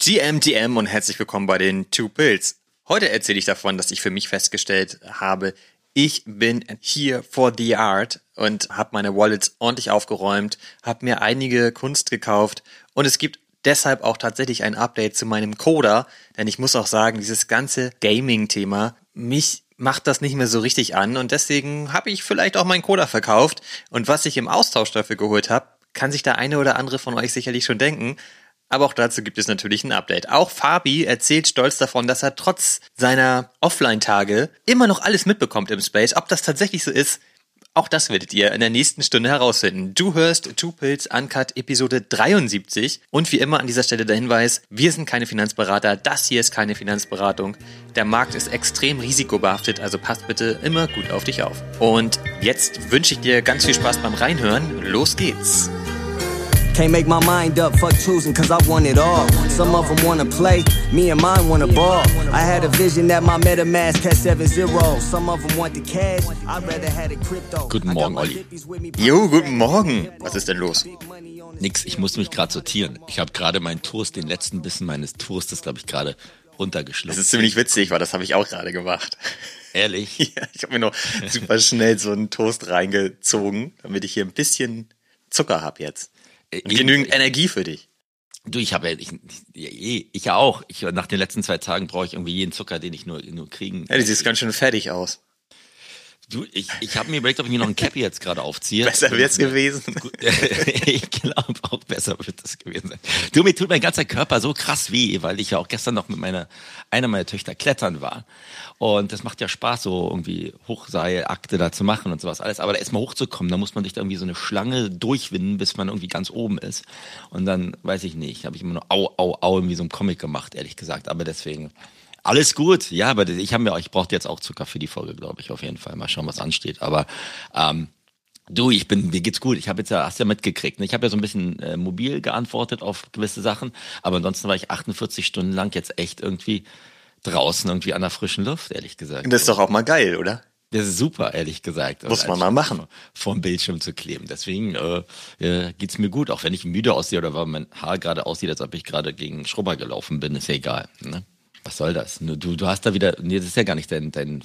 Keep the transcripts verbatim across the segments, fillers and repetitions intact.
G M G M und herzlich willkommen bei den Two Pills. Heute erzähle ich davon, dass ich für mich festgestellt habe, ich bin hier for the art und habe meine Wallets ordentlich aufgeräumt, habe mir einige Kunst gekauft und es gibt deshalb auch tatsächlich ein Update zu meinem Coder, denn ich muss auch sagen, dieses ganze Gaming-Thema, mich macht das nicht mehr so richtig an und deswegen habe ich vielleicht auch meinen Coder verkauft und was ich im Austausch dafür geholt habe, kann sich der eine oder andere von euch sicherlich schon denken. Aber auch dazu gibt es natürlich ein Update. Auch Fabi erzählt stolz davon, dass er trotz seiner Offline-Tage immer noch alles mitbekommt im Space. Ob das tatsächlich so ist, auch das werdet ihr in der nächsten Stunde herausfinden. Du hörst Two Pills Uncut Episode dreiundsiebzig. Und wie immer an dieser Stelle der Hinweis, wir sind keine Finanzberater, das hier ist keine Finanzberatung. Der Markt ist extrem risikobehaftet, also passt bitte immer gut auf dich auf. Und jetzt wünsche ich dir ganz viel Spaß beim Reinhören. Los geht's! Can't make my mind up, fuck choosing, cause I want it all. Some of them wanna play, me and mine wanna ball. I had a vision that my MetaMask had seven zeros. Some of them want the cash, I'd rather had a crypto. Guten Morgen, Olli. Jo, guten Morgen. Was ist denn los? Nix, ich musste mich gerade sortieren. Ich habe gerade meinen Toast, den letzten Bissen meines Toastes, glaube ich, gerade runtergeschluckt. Das ist ziemlich witzig, weil das habe ich auch gerade gemacht. Ehrlich? Ja, ich habe mir noch super schnell so einen Toast reingezogen, damit ich hier ein bisschen Zucker habe jetzt. Und genügend Energie für dich. Du, ich habe ja, ich, ich, ich ja auch. Ich, nach den letzten zwei Tagen brauche ich irgendwie jeden Zucker, den ich nur, nur kriegen. Ja, du siehst ganz schön fertig aus. Du, ich, ich habe mir überlegt, ob ich mir noch ein Cappy jetzt gerade aufziehe. Besser wird's gewesen. Ich glaube auch, besser wird es gewesen sein. Du, mir tut mein ganzer Körper so krass weh, weil ich ja auch gestern noch mit meiner, einer meiner Töchter klettern war. Und das macht ja Spaß, so irgendwie Hochseilakte da zu machen und sowas alles. Aber da erstmal hochzukommen, da muss man sich da irgendwie so eine Schlange durchwinden, bis man irgendwie ganz oben ist. Und dann, weiß ich nicht, habe ich immer nur au, au, au, irgendwie so ein Comic gemacht, ehrlich gesagt. Aber deswegen... Alles gut, ja, aber ich habe mir, ich brauchte jetzt auch Zucker für die Folge, glaube ich, auf jeden Fall. Mal schauen, was ansteht. Aber ähm, du, ich bin, mir geht's gut. Ich habe jetzt ja, hast ja mitgekriegt. Ne? Ich habe ja so ein bisschen äh, mobil geantwortet auf gewisse Sachen, aber ansonsten war ich achtundvierzig Stunden lang jetzt echt irgendwie draußen, irgendwie an der frischen Luft, ehrlich gesagt. Das ist doch auch mal geil, oder? Das ist super, ehrlich gesagt. Muss man mal machen. Vor dem Bildschirm zu kleben. Deswegen äh, äh, geht's mir gut, auch wenn ich müde aussehe oder weil mein Haar gerade aussieht, als ob ich gerade gegen Schrubber gelaufen bin, ist ja egal. Ne? Was soll das? Du, du hast da wieder, nee, das ist ja gar nicht dein, dein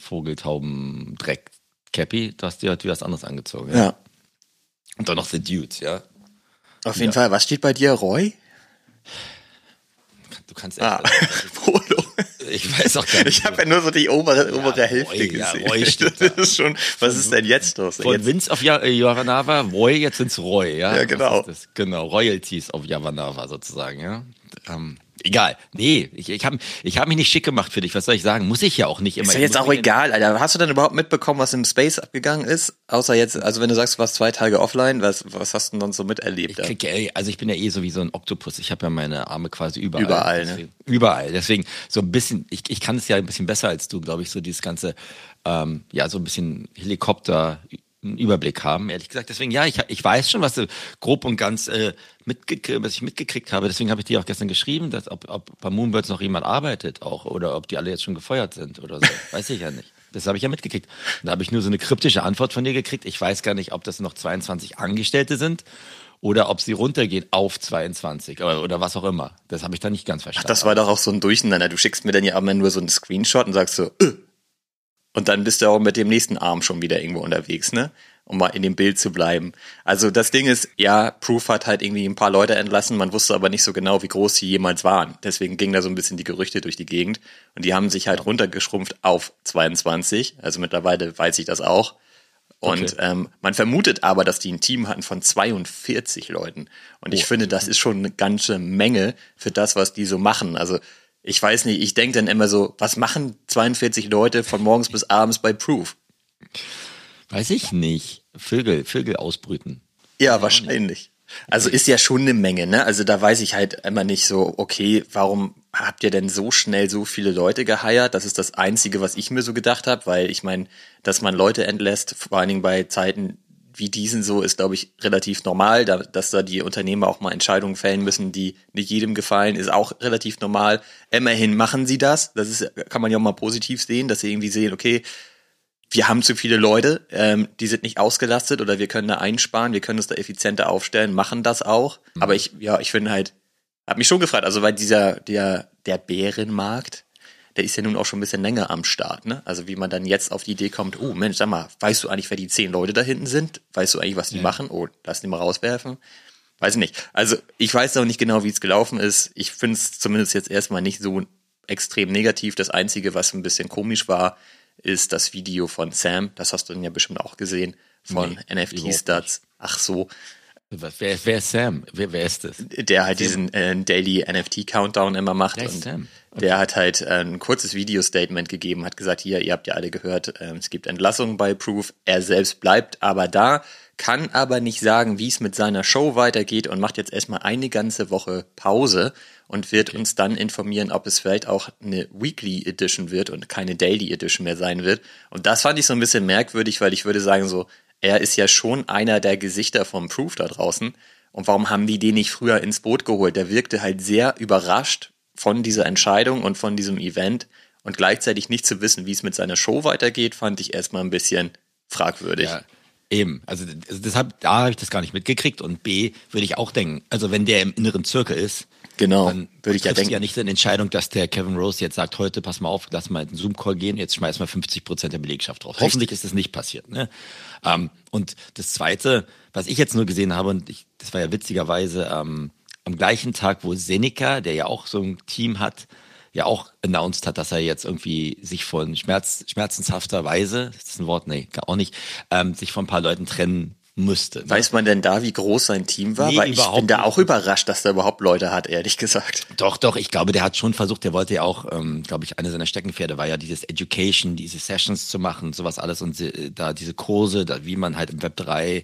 Vogeltauben-Dreck-Cappy, du hast dir heute wieder was anderes angezogen. Ja. ja. Und dann noch The Dudes, ja. Auf jeden ja. Fall. Was steht bei dir, Roy? Du kannst echt. Ah, Polo. Ich weiß auch gar nicht. Ich habe ja nur so die obere, obere ja, Hälfte Roy, gesehen. Ja, Roy steht das ist schon, was ist denn jetzt los? Von jetzt? Vince auf Yavanava, Roy, jetzt sind's Roy, ja? Ja, genau. Genau, Royalties auf Yavanava sozusagen, ja. Ähm, Egal. Nee, ich, ich habe ich hab mich nicht schick gemacht für dich. Was soll ich sagen? Muss ich ja auch nicht immer. Ist ja jetzt auch egal, Alter. Hast du denn überhaupt mitbekommen, was im Space abgegangen ist? Außer jetzt, also wenn du sagst, du warst zwei Tage offline, was, was hast du denn sonst so miterlebt? Ich krieg, ja, also ich bin ja eh so wie so ein Oktopus. Ich habe ja meine Arme quasi überall. Überall, deswegen, ne? Überall. Deswegen so ein bisschen, ich, ich kann es ja ein bisschen besser als du, glaube ich, so dieses ganze, ähm, ja, so ein bisschen Helikopter einen Überblick haben, ehrlich gesagt. Deswegen, ja, ich, ich weiß schon, was du grob und ganz äh, mitgekriegt, was ich mitgekriegt habe. Deswegen habe ich dir auch gestern geschrieben, dass ob, ob bei Moonbirds noch jemand arbeitet auch oder ob die alle jetzt schon gefeuert sind oder so. Weiß ich ja nicht. Das habe ich ja mitgekriegt. Und da habe ich nur so eine kryptische Antwort von dir gekriegt. Ich weiß gar nicht, ob das noch zweiundzwanzig Angestellte sind oder ob sie runtergehen auf zweiundzwanzig oder, oder was auch immer. Das habe ich da nicht ganz verstanden. Ach, das war doch auch so ein Durcheinander. Du schickst mir dann ja immer nur so einen Screenshot und sagst so, äh. Und dann bist du auch mit dem nächsten Arm schon wieder irgendwo unterwegs, ne? Um mal in dem Bild zu bleiben. Also das Ding ist, ja, Proof hat halt irgendwie ein paar Leute entlassen, man wusste aber nicht so genau, wie groß sie jemals waren. Deswegen ging da so ein bisschen die Gerüchte durch die Gegend. Und die haben sich halt runtergeschrumpft auf zweiundzwanzig. Also mittlerweile weiß ich das auch. Und okay. ähm, man vermutet aber, dass die ein Team hatten von zweiundvierzig Leuten. Und ich oh. finde, das ist schon eine ganze Menge für das, was die so machen. Also ich weiß nicht, ich denke dann immer so, was machen zweiundvierzig Leute von morgens bis abends bei Proof? Weiß ich nicht. Vögel, Vögel ausbrüten. Ja, ja wahrscheinlich. Also ist ja schon eine Menge, ne? Also da weiß ich halt immer nicht so, okay, warum habt ihr denn so schnell so viele Leute geheiert? Das ist das Einzige, was ich mir so gedacht habe, weil ich meine, dass man Leute entlässt, vor allen Dingen bei Zeiten wie diesen so, ist, glaube ich, relativ normal, da, dass da die Unternehmer auch mal Entscheidungen fällen müssen, die nicht jedem gefallen, ist auch relativ normal. Immerhin machen sie das. Das ist, kann man ja auch mal positiv sehen, dass sie irgendwie sehen, okay, wir haben zu viele Leute, ähm, die sind nicht ausgelastet oder wir können da einsparen, wir können uns da effizienter aufstellen, machen das auch. Mhm. Aber ich, ja, ich finde halt, Hab mich schon gefragt, also weil dieser, der, der Bärenmarkt, der ist ja nun auch schon ein bisschen länger am Start, ne? Also wie man dann jetzt auf die Idee kommt, oh Mensch, sag mal, weißt du eigentlich, wer die zehn Leute da hinten sind? Weißt du eigentlich, was die ja. machen? Oh, lass die mal rauswerfen. Weiß ich nicht. Also ich weiß auch nicht genau, wie es gelaufen ist. Ich finde es zumindest jetzt erstmal nicht so extrem negativ. Das Einzige, was ein bisschen komisch war, ist das Video von Sam. Das hast du dann ja bestimmt auch gesehen, von nee, N F T-Stats. Ach so. Was, wer, wer ist Sam? Wer, wer ist das? Der halt Sam. diesen äh, Daily N F T-Countdown immer macht. Wer ist und Sam? Okay. Der hat halt äh, ein kurzes Video-Statement gegeben, hat gesagt, hier, ihr habt ja alle gehört, äh, es gibt Entlassungen bei Proof. Er selbst bleibt aber da, kann aber nicht sagen, wie es mit seiner Show weitergeht und macht jetzt erstmal eine ganze Woche Pause und wird okay. uns dann informieren, ob es vielleicht auch eine Weekly Edition wird und keine Daily Edition mehr sein wird. Und das fand ich so ein bisschen merkwürdig, weil ich würde sagen so, er ist ja schon einer der Gesichter vom Proof da draußen. Und warum haben die den nicht früher ins Boot geholt? Der wirkte halt sehr überrascht von dieser Entscheidung und von diesem Event. Und gleichzeitig nicht zu wissen, wie es mit seiner Show weitergeht, fand ich erstmal ein bisschen fragwürdig. Ja, eben. Also deshalb, A, habe ich das gar nicht mitgekriegt. Und B, würde ich auch denken, also wenn der im inneren Zirkel ist, genau, dann würde ich ja denken. ja nicht so eine Entscheidung, dass der Kevin Rose jetzt sagt, heute pass mal auf, lass mal in den Zoom-Call gehen, jetzt schmeißen wir fünfzig Prozent der Belegschaft drauf. Richtig. Hoffentlich ist das nicht passiert. Ne? Ähm, und das Zweite, was ich jetzt nur gesehen habe, und ich, das war ja witzigerweise ähm, am gleichen Tag, wo Seneca, der ja auch so ein Team hat, ja auch announced hat, dass er jetzt irgendwie sich von Schmerz, schmerzenshafter Weise, ist das ein Wort? Nee, gar auch nicht, ähm, sich von ein paar Leuten trennen müsste. Ne? Weiß man denn da, wie groß sein Team war? Nee, Weil ich bin da auch überrascht, dass der überhaupt Leute hat, ehrlich gesagt. Doch, doch, ich glaube, der hat schon versucht, der wollte ja auch, ähm, glaube ich, eine seiner Steckenpferde war ja dieses Education, diese Sessions zu machen, sowas alles und äh, da diese Kurse, da, wie man halt im Web drei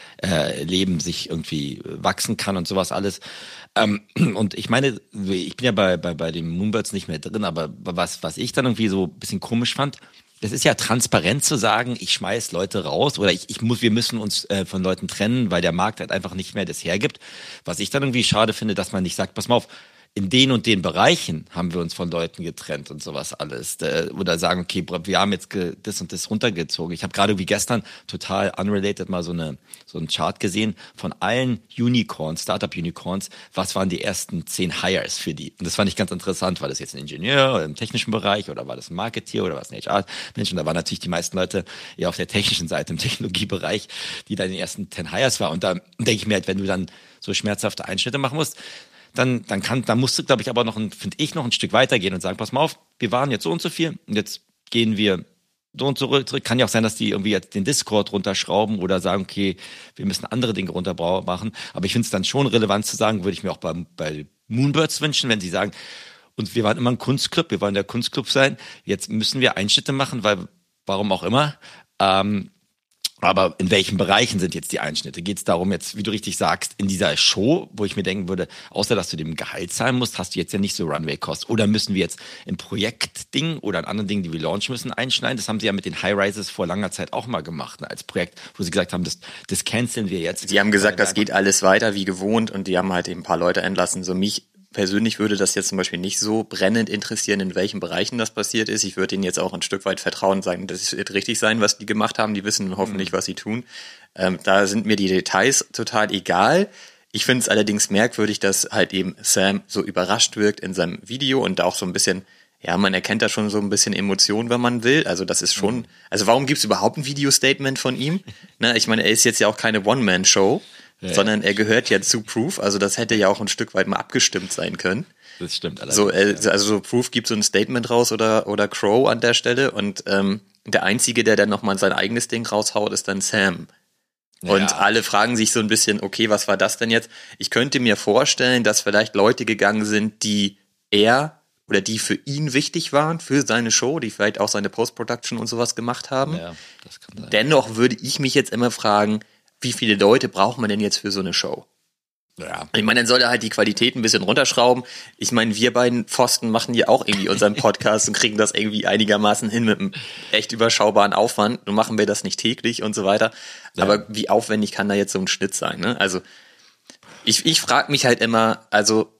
äh, Leben sich irgendwie wachsen kann und sowas alles. Ähm, und ich meine, ich bin ja bei, bei, bei den Moonbirds nicht mehr drin, aber was, was ich dann irgendwie so ein bisschen komisch fand, das ist ja transparent zu sagen, ich schmeiß Leute raus oder ich, ich muss, wir müssen uns äh, von Leuten trennen, weil der Markt halt einfach nicht mehr das hergibt. Was ich dann irgendwie schade finde, dass man nicht sagt, pass mal auf, in den und den Bereichen haben wir uns von Leuten getrennt und sowas alles. Oder sagen, okay, wir haben jetzt das und das runtergezogen. Ich habe gerade wie gestern total unrelated mal so eine so einen Chart gesehen von allen Unicorns, Startup-Unicorns, was waren die ersten zehn Hires für die. Und das fand ich ganz interessant. War das jetzt ein Ingenieur oder im technischen Bereich oder war das ein Marketeer oder war es ein H R-Mensch? Und da waren natürlich die meisten Leute eher auf der technischen Seite, im Technologiebereich, die da in den ersten zehn Hires waren. Und da denke ich mir halt, wenn du dann so schmerzhafte Einschnitte machen musst, dann, dann kann, dann musst du, glaube ich, aber noch ein, finde ich, noch ein Stück weitergehen und sagen, pass mal auf, wir waren jetzt so und so viel und jetzt gehen wir so und so zurück. Kann ja auch sein, dass die irgendwie jetzt den Discord runterschrauben oder sagen, okay, wir müssen andere Dinge runter machen. Aber ich finde es dann schon relevant zu sagen, würde ich mir auch bei, bei Moonbirds wünschen, wenn sie sagen, und wir waren immer ein Kunstclub, wir wollen der Kunstclub sein, jetzt müssen wir Einschnitte machen, weil, warum auch immer, ähm, aber in welchen Bereichen sind jetzt die Einschnitte? Geht es darum jetzt, wie du richtig sagst, in dieser Show, wo ich mir denken würde, außer dass du dem Gehalt zahlen musst, hast du jetzt ja nicht so Runway-Cost. Oder müssen wir jetzt im Projektding oder in anderen Dingen, die wir launchen müssen, einschneiden? Das haben sie ja mit den High-Rises vor langer Zeit auch mal gemacht, ne, als Projekt, wo sie gesagt haben, das, das canceln wir jetzt. Sie haben gesagt, das geht alles weiter wie gewohnt und die haben halt eben ein paar Leute entlassen. So mich persönlich würde das jetzt zum Beispiel nicht so brennend interessieren, in welchen Bereichen das passiert ist. Ich würde ihnen jetzt auch ein Stück weit vertrauen und sagen, das wird richtig sein, was die gemacht haben. Die wissen hoffentlich, mhm. was sie tun. Ähm, da sind mir die Details total egal. Ich finde es allerdings merkwürdig, dass halt eben Sam so überrascht wirkt in seinem Video und auch so ein bisschen, ja, man erkennt da schon so ein bisschen Emotion, wenn man will. Also das ist schon, mhm. also warum gibt es überhaupt ein Video-Statement von ihm? Ne, ich meine, er ist jetzt ja auch keine One-Man-Show. Ja, sondern er gehört ja zu Proof, also das hätte ja auch ein Stück weit mal abgestimmt sein können. Das stimmt allerdings. So, äh, also so Proof gibt so ein Statement raus oder oder Crow an der Stelle und ähm, der Einzige, der dann nochmal sein eigenes Ding raushaut, ist dann Sam. Ja. Und alle fragen sich so ein bisschen, okay, was war das denn jetzt? Ich könnte mir vorstellen, dass vielleicht Leute gegangen sind, die er oder die für ihn wichtig waren, für seine Show, die vielleicht auch seine Post-Production und sowas gemacht haben. Ja, das kann sein. Dennoch würde ich mich jetzt immer fragen, wie viele Leute braucht man denn jetzt für so eine Show? Ja. Ich meine, dann soll er halt die Qualität ein bisschen runterschrauben. Ich meine, wir beiden Pfosten machen ja auch irgendwie unseren Podcast und kriegen das irgendwie einigermaßen hin mit einem echt überschaubaren Aufwand. Nun machen wir das nicht täglich und so weiter. Ja. Aber wie aufwendig kann da jetzt so ein Schnitt sein? Ne? Also ich, ich frage mich halt immer, also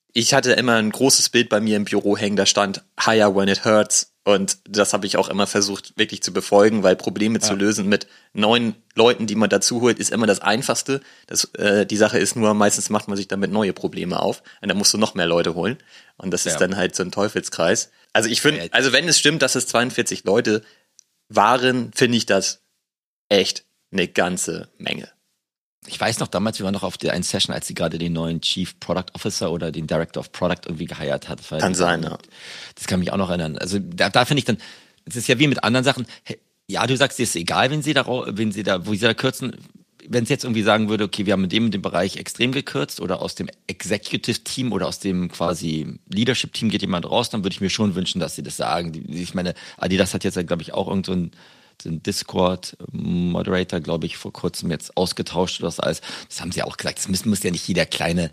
Ich hatte immer ein großes Bild bei mir im Büro hängen, da stand Hire when it hurts. Und das habe ich auch immer versucht wirklich zu befolgen, weil Probleme ja. zu lösen mit neuen Leuten, die man dazu holt, ist immer das Einfachste. Das, äh, die Sache ist nur, meistens macht man sich damit neue Probleme auf und dann musst du noch mehr Leute holen. Und das ja. ist dann halt so ein Teufelskreis. Also ich finde, also wenn es stimmt, dass es zweiundvierzig Leute waren, finde ich das echt eine ganze Menge. Ich weiß noch, damals, wir waren noch auf der einen Session, als sie gerade den neuen Chief Product Officer oder den Director of Product irgendwie geheiert hat. Kann sein, ja. Das kann mich auch noch erinnern. Also da, da finde ich dann, es ist ja wie mit anderen Sachen, hey, ja, du sagst, dir ist egal, wenn sie da, wenn sie da, wo sie da kürzen. Wenn es jetzt irgendwie sagen würde, okay, wir haben in dem, in dem Bereich extrem gekürzt oder aus dem Executive Team oder aus dem quasi Leadership Team geht jemand raus, dann würde ich mir schon wünschen, dass sie das sagen. Ich meine, Adidas hat jetzt, glaube ich, auch irgend so ein den Discord-Moderator, glaube ich, vor kurzem jetzt ausgetauscht oder das alles. Das haben sie auch gesagt. Das muss, muss ja nicht jeder kleine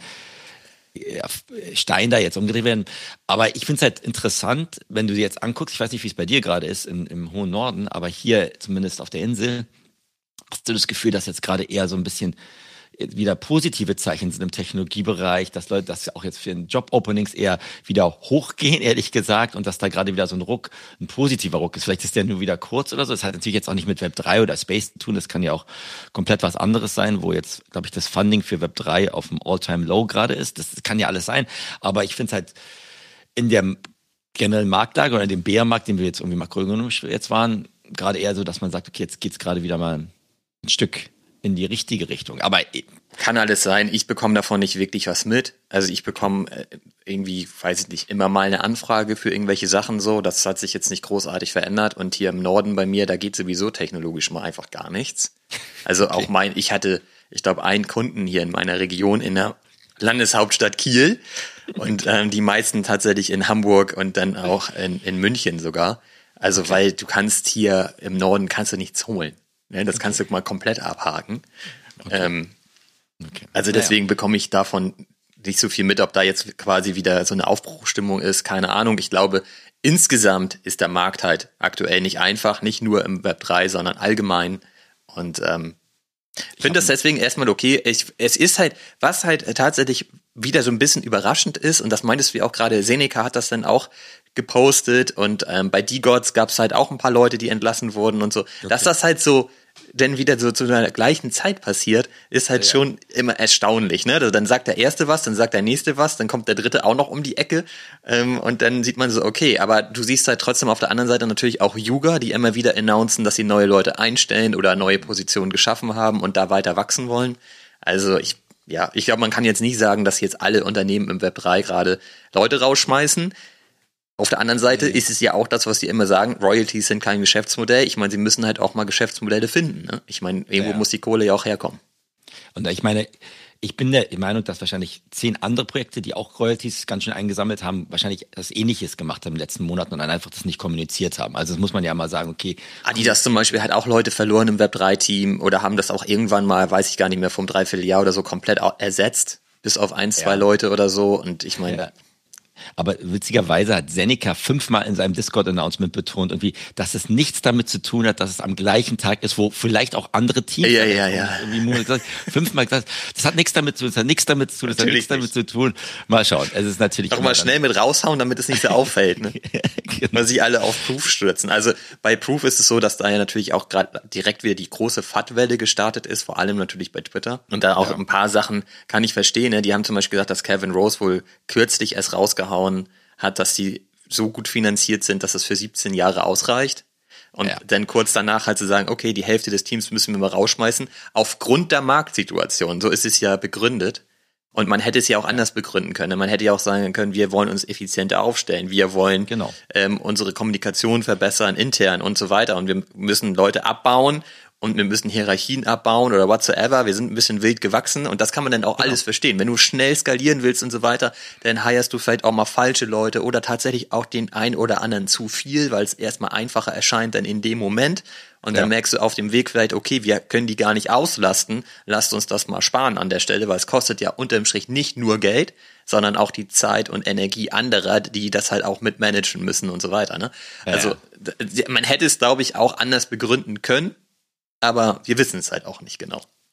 Stein da jetzt umgedreht werden. Aber ich finde es halt interessant, wenn du dir jetzt anguckst, ich weiß nicht, wie es bei dir gerade ist im, im hohen Norden, aber hier zumindest auf der Insel hast du das Gefühl, dass jetzt gerade eher so ein bisschen wieder positive Zeichen sind im Technologiebereich, dass Leute, dass auch jetzt für den Job-Openings eher wieder hochgehen, ehrlich gesagt, und dass da gerade wieder so ein Ruck, ein positiver Ruck ist. Vielleicht ist der nur wieder kurz oder so. Das hat natürlich jetzt auch nicht mit Web drei oder Space zu tun. Das kann ja auch komplett was anderes sein, wo jetzt, glaube ich, das Funding für Web drei auf dem All-Time-Low gerade ist. Das kann ja alles sein. Aber ich finde es halt in der generellen Marktlage oder in dem Bärenmarkt, den wir jetzt irgendwie makroökonomisch jetzt waren, gerade eher so, dass man sagt, okay, jetzt geht's gerade wieder mal ein Stück in die richtige Richtung. Aber kann alles sein. Ich bekomme davon nicht wirklich was mit. Also ich bekomme irgendwie, weiß ich nicht, immer mal eine Anfrage für irgendwelche Sachen so. Das hat sich jetzt nicht großartig verändert. Und hier im Norden bei mir, da geht sowieso technologisch mal einfach gar nichts. Also okay. Auch mein, ich hatte, ich glaube, einen Kunden hier in meiner Region in der Landeshauptstadt Kiel und ähm, die meisten tatsächlich in Hamburg und dann auch in, in München sogar. Also okay. Weil du kannst hier im Norden kannst du nichts holen. Ja, das okay. kannst du mal komplett abhaken. Okay. Ähm, okay. Also deswegen naja. bekomme ich davon nicht so viel mit, ob da jetzt quasi wieder so eine Aufbruchstimmung ist, keine Ahnung. Ich glaube, insgesamt ist der Markt halt aktuell nicht einfach, nicht nur im Web drei, sondern allgemein. Und ähm, finde das deswegen erstmal okay. Ich, es ist halt, was halt tatsächlich wieder so ein bisschen überraschend ist, und das meintest du auch gerade, Seneca hat das dann auch gepostet und ähm, bei D-Gods gab es halt auch ein paar Leute, die entlassen wurden und so. Okay. Dass das halt so denn wieder so zu einer gleichen Zeit passiert, ist halt ja, schon ja. immer erstaunlich. Ne? Also dann sagt der Erste was, dann sagt der Nächste was, dann kommt der Dritte auch noch um die Ecke ähm, und dann sieht man so, okay, aber du siehst halt trotzdem auf der anderen Seite natürlich auch Yuga, die immer wieder announcen, dass sie neue Leute einstellen oder neue Positionen geschaffen haben und da weiter wachsen wollen. Also ich Ja, ich glaube, man kann jetzt nicht sagen, dass jetzt alle Unternehmen im Web drei gerade Leute rausschmeißen. Auf der anderen Seite ist es ja auch das, was die immer sagen, Royalties sind kein Geschäftsmodell. Ich meine, sie müssen halt auch mal Geschäftsmodelle finden. Ne? Ich meine, irgendwo ja. muss die Kohle ja auch herkommen. Und ich meine, ich bin der Meinung, dass wahrscheinlich zehn andere Projekte, die auch Royalties ganz schön eingesammelt haben, wahrscheinlich das Ähnliches gemacht haben in den letzten Monaten und dann einfach das nicht kommuniziert haben. Also das muss man ja mal sagen, okay. Adidas zum Beispiel hat auch Leute verloren im Web drei Team oder haben das auch irgendwann mal, weiß ich gar nicht mehr, vom Dreivierteljahr oder so komplett ersetzt, bis auf ein, zwei ja. Leute oder so. Und ich meine... Ja. Aber witzigerweise hat Seneca fünfmal in seinem Discord-Announcement betont, irgendwie, dass es nichts damit zu tun hat, dass es am gleichen Tag ist, wo vielleicht auch andere Teams. Ja, ja, ja. Irgendwie gesagt, fünfmal gesagt, das hat nichts damit zu tun, das hat nichts damit zu tun, das hat nichts damit zu tun. Mal schauen. Es ist natürlich. Doch mal schnell mit raushauen, damit es nicht so auffällt, ne? Genau. Weil sich alle auf Proof stürzen. Also bei Proof ist es so, dass da ja natürlich auch gerade direkt wieder die große F A T-Welle gestartet ist, vor allem natürlich bei Twitter. Und da auch ja. ein paar Sachen kann ich verstehen. Ne? Die haben zum Beispiel gesagt, dass Kevin Rose wohl kürzlich erst rausgehauen hat, dass die so gut finanziert sind, dass es für siebzehn Jahre ausreicht. Und ja. dann kurz danach halt zu sagen, okay, die Hälfte des Teams müssen wir mal rausschmeißen, aufgrund der Marktsituation. So ist es ja begründet. Und man hätte es ja auch anders begründen können. Man hätte ja auch sagen können, wir wollen uns effizienter aufstellen, wir wollen genau. ähm, unsere Kommunikation verbessern, intern und so weiter. Und wir müssen Leute abbauen und wir müssen Hierarchien abbauen oder whatsoever. Wir sind ein bisschen wild gewachsen und das kann man dann auch genau. alles verstehen. Wenn du schnell skalieren willst und so weiter, dann hirest du vielleicht auch mal falsche Leute oder tatsächlich auch den ein oder anderen zu viel, weil es erstmal einfacher erscheint dann in dem Moment. Und dann ja. merkst du auf dem Weg vielleicht, okay, wir können die gar nicht auslasten, lasst uns das mal sparen an der Stelle, weil es kostet ja unterm Strich nicht nur Geld, sondern auch die Zeit und Energie anderer, die das halt auch mitmanagen müssen und so weiter. Ne? Ja. Also man hätte es, glaube ich, auch anders begründen können, aber wir wissen es halt auch nicht genau.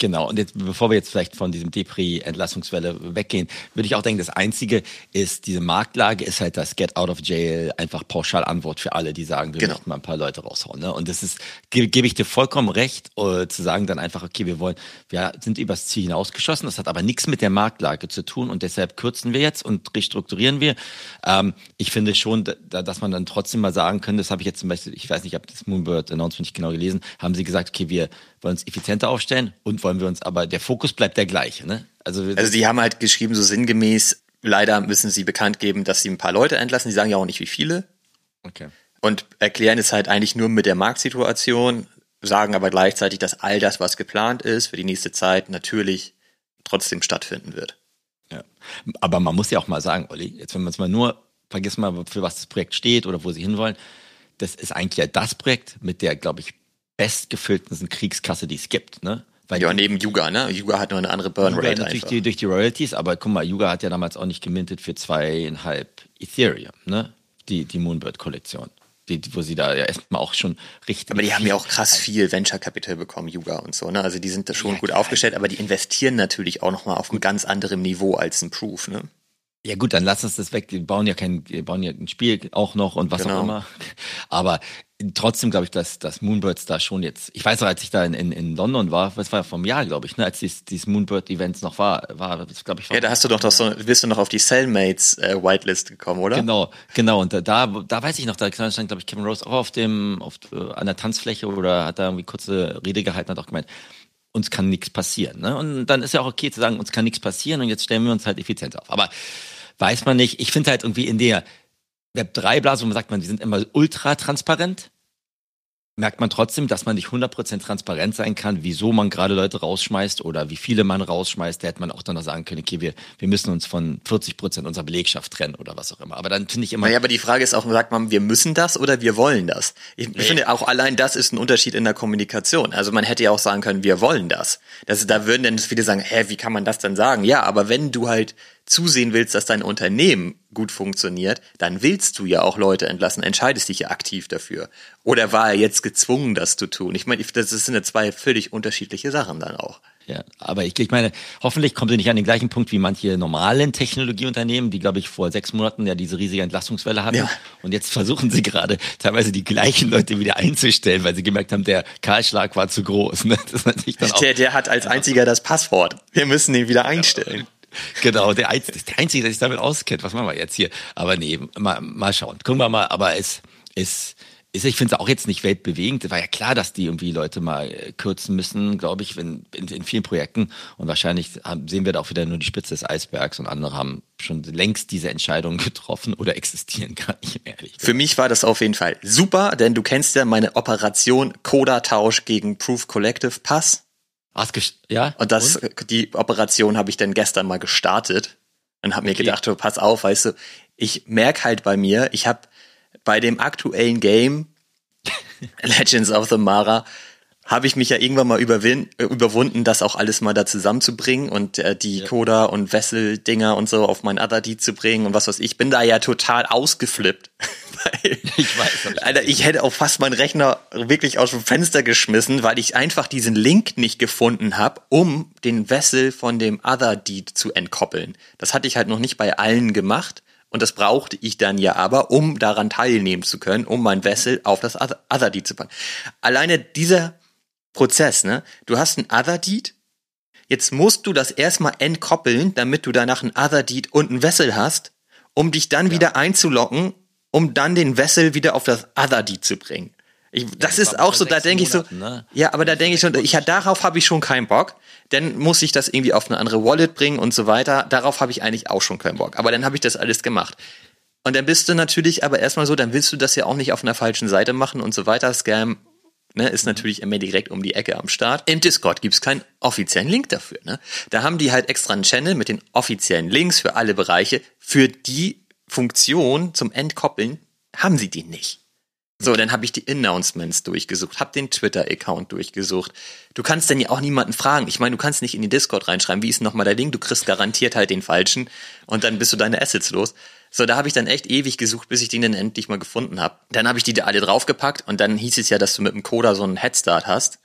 Genau, und jetzt, bevor wir jetzt vielleicht von diesem Depri-Entlassungswelle weggehen, würde ich auch denken, das Einzige ist, diese Marktlage ist halt das Get out of jail, einfach pauschal Antwort für alle, die sagen, wir Genau. möchten mal ein paar Leute raushauen. Ne? Und das ist, gebe geb ich dir vollkommen recht, uh, zu sagen dann einfach, okay, wir wollen, wir sind übers Ziel hinausgeschossen, das hat aber nichts mit der Marktlage zu tun und deshalb kürzen wir jetzt und restrukturieren wir. Ähm, ich finde schon, da, dass man dann trotzdem mal sagen könnte, das habe ich jetzt zum Beispiel, ich weiß nicht, ich habe das Moonbird-Announcement nicht genau gelesen, haben sie gesagt, okay, wir wollen uns effizienter aufstellen und wollen wir uns, aber der Fokus bleibt der gleiche, ne? Also, Also die haben halt geschrieben, so sinngemäß, leider müssen sie bekannt geben, dass sie ein paar Leute entlassen, die sagen ja auch nicht wie viele. okay. Und erklären es halt eigentlich nur mit der Marktsituation, sagen aber gleichzeitig, dass all das, was geplant ist, für die nächste Zeit natürlich trotzdem stattfinden wird. Ja. Aber man muss ja auch mal sagen, Olli, jetzt wenn man es mal nur, vergiss mal, für was das Projekt steht oder wo sie hinwollen, das ist eigentlich ja das Projekt mit der, glaube ich, bestgefüllten Kriegskasse, die es gibt, ne? Weil Ja, die, neben Yuga, ne? Yuga hat nur eine andere Burn Yuga Rate natürlich einfach. die, durch die Royalties, aber guck mal, Yuga hat ja damals auch nicht gemintet für zweieinhalb Ethereum, ne? Die, die Moonbird-Kollektion. Die, wo sie da ja erstmal auch schon richtig. Aber die haben ja auch krass viel Venture Capital bekommen, Yuga und so, ne? Also die sind da schon Ja, gut klar. aufgestellt, aber die investieren natürlich auch nochmal auf einem ganz anderem Niveau als ein Proof, ne? Ja gut, dann lass uns das weg. Wir bauen ja kein, wir bauen ja ein Spiel auch noch und was Genau. auch immer. Aber trotzdem glaube ich, dass, dass Moonbirds da schon jetzt, ich weiß noch, als ich da in, in, in London war, das war ja vom Jahr, glaube ich, ne, als dieses, dieses Moonbird-Events noch war, war das glaube ich. War Ja, da hast du doch, doch so, bist du noch auf die Cellmates äh, Whitelist gekommen, oder? Genau, genau. Und da, da, da weiß ich noch, da stand, glaube ich, Kevin Rose auch auf dem, auf, äh, an der Tanzfläche oder hat da irgendwie kurze Rede gehalten, hat auch gemeint, uns kann nichts passieren. Ne? Und dann ist ja auch okay zu sagen, uns kann nichts passieren und jetzt stellen wir uns halt effizient auf. Aber weiß man nicht. Ich finde halt irgendwie in der Web drei Blase, wo man sagt, man, die sind immer ultra transparent, merkt man trotzdem, dass man nicht hundert Prozent transparent sein kann, wieso man gerade Leute rausschmeißt oder wie viele man rausschmeißt. Da hätte man auch dann noch sagen können, okay, wir, wir müssen uns von vierzig Prozent unserer Belegschaft trennen oder was auch immer. Aber dann finde ich immer... Naja, aber die Frage ist auch, sagt man, wir müssen das oder wir wollen das? Ich Nee. finde auch allein das ist ein Unterschied in der Kommunikation. Also man hätte ja auch sagen können, wir wollen das. das da würden dann viele sagen, hä, wie kann man das denn sagen? Ja, aber wenn du halt zusehen willst, dass dein Unternehmen gut funktioniert, dann willst du ja auch Leute entlassen, entscheidest dich ja aktiv dafür. Oder war er jetzt gezwungen, das zu tun? Ich meine, das sind ja zwei völlig unterschiedliche Sachen dann auch. Ja, aber ich, ich meine, hoffentlich kommt sie nicht an den gleichen Punkt wie manche normalen Technologieunternehmen, die, glaube ich, vor sechs Monaten ja diese riesige Entlassungswelle hatten. Ja. Und jetzt versuchen sie gerade teilweise die gleichen Leute wieder einzustellen, weil sie gemerkt haben, der Kahlschlag war zu groß. Ne? Das ist natürlich dann auch, Der, der hat als einziger das Passwort. Wir müssen ihn wieder einstellen. genau, der Einzige, der Einzige, der sich damit auskennt. Was machen wir jetzt hier? Aber nee, mal, mal schauen. Gucken wir mal, aber es ist... Ist, ich finde es auch jetzt nicht weltbewegend. Es war ja klar, dass die irgendwie Leute mal äh, kürzen müssen, glaube ich, wenn, in, in vielen Projekten. Und wahrscheinlich haben, sehen wir da auch wieder nur die Spitze des Eisbergs und andere haben schon längst diese Entscheidungen getroffen oder existieren gar nicht mehr. Ehrlich. Für mich war das auf jeden Fall super, denn du kennst ja meine Operation Coda-Tausch gegen Proof Collective Pass. Hast gesch- ja? Und das, die Operation habe ich dann gestern mal gestartet und habe mir Okay. gedacht, oh, pass auf, weißt du, ich merk halt bei mir, ich habe bei dem aktuellen Game Legends of the Mara habe ich mich ja irgendwann mal überwin- äh, überwunden, das auch alles mal da zusammenzubringen und äh, die Ja. Coda und Vessel-Dinger und so auf mein Other Deed zu bringen und was weiß ich. Bin da ja total ausgeflippt. Weil, Ich weiß, hab ich Alter, ich hätte auch fast meinen Rechner wirklich aus dem Fenster geschmissen, weil ich einfach diesen Link nicht gefunden habe, um den Vessel von dem Other Deed zu entkoppeln. Das hatte ich halt noch nicht bei allen gemacht. Und das brauchte ich dann ja aber, um daran teilnehmen zu können, um mein Vessel auf das Other Other Deed zu packen. Alleine dieser Prozess, ne? Du hast ein Other Deed, jetzt musst du das erstmal entkoppeln, damit du danach ein Other Deed und ein Vessel hast, um dich dann wieder einzuloggen, um dann den Vessel wieder auf das Other Deed zu bringen. Ich, das das ist war auch vor so, da sechs denke ich so, Monaten, ne? ja, aber da denke ich schon, ich, darauf habe ich schon keinen Bock. Dann muss ich das irgendwie auf eine andere Wallet bringen und so weiter. Darauf habe ich eigentlich auch schon keinen Bock. Aber dann habe ich das alles gemacht. Und dann bist du natürlich aber erstmal so, dann willst du das ja auch nicht auf einer falschen Seite machen und so weiter. Scam, ne, ist natürlich immer direkt um die Ecke am Start. Im Discord gibt's keinen offiziellen Link dafür, ne? Da haben die halt extra einen Channel mit den offiziellen Links für alle Bereiche. Für die Funktion zum Entkoppeln haben sie die nicht. So, dann habe ich die Announcements durchgesucht, habe den Twitter-Account durchgesucht. Du kannst dann ja auch niemanden fragen. Ich meine, du kannst nicht in die Discord reinschreiben, wie ist nochmal der Ding? Du kriegst garantiert halt den falschen und dann bist du deine Assets los. So, da habe ich dann echt ewig gesucht, bis ich den dann endlich mal gefunden habe. Dann habe ich die da alle draufgepackt und dann hieß es ja, dass du mit dem Coda so einen Headstart hast.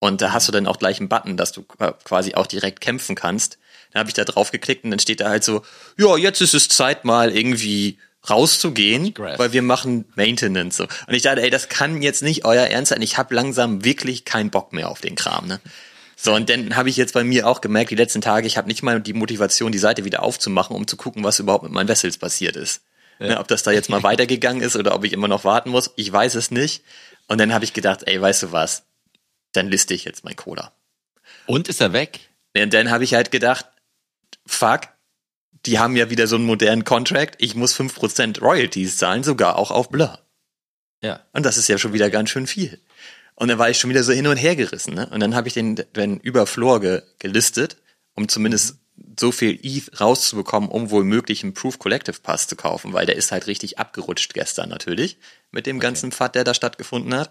Und da hast du dann auch gleich einen Button, dass du quasi auch direkt kämpfen kannst. Dann habe ich da drauf geklickt und dann steht da halt so, ja, jetzt ist es Zeit mal irgendwie rauszugehen, weil wir machen Maintenance. So. Und ich dachte, ey, das kann jetzt nicht euer Ernst sein. Ich habe langsam wirklich keinen Bock mehr auf den Kram, ne? So, und dann habe ich jetzt bei mir auch gemerkt, die letzten Tage, ich habe nicht mal die Motivation, die Seite wieder aufzumachen, um zu gucken, was überhaupt mit meinen Vessels passiert ist. Ja. Ne, ob das da jetzt mal weitergegangen ist oder ob ich immer noch warten muss, ich weiß es nicht. Und dann habe ich gedacht, ey, weißt du was, dann liste ich jetzt mein Coda. Und ist er weg? Und dann habe ich halt gedacht, fuck, die haben ja wieder so einen modernen Contract, ich muss fünf Prozent Royalties zahlen, sogar auch auf Blur. Ja. Und das ist ja schon wieder ganz schön viel. Und dann war ich schon wieder so hin und her gerissen, ne? Und dann habe ich den, den über Floor ge, gelistet, um zumindest so viel E T H rauszubekommen, um wohl möglich einen Proof Collective Pass zu kaufen, weil der ist halt richtig abgerutscht gestern natürlich, mit dem okay. ganzen F A T, der da stattgefunden hat.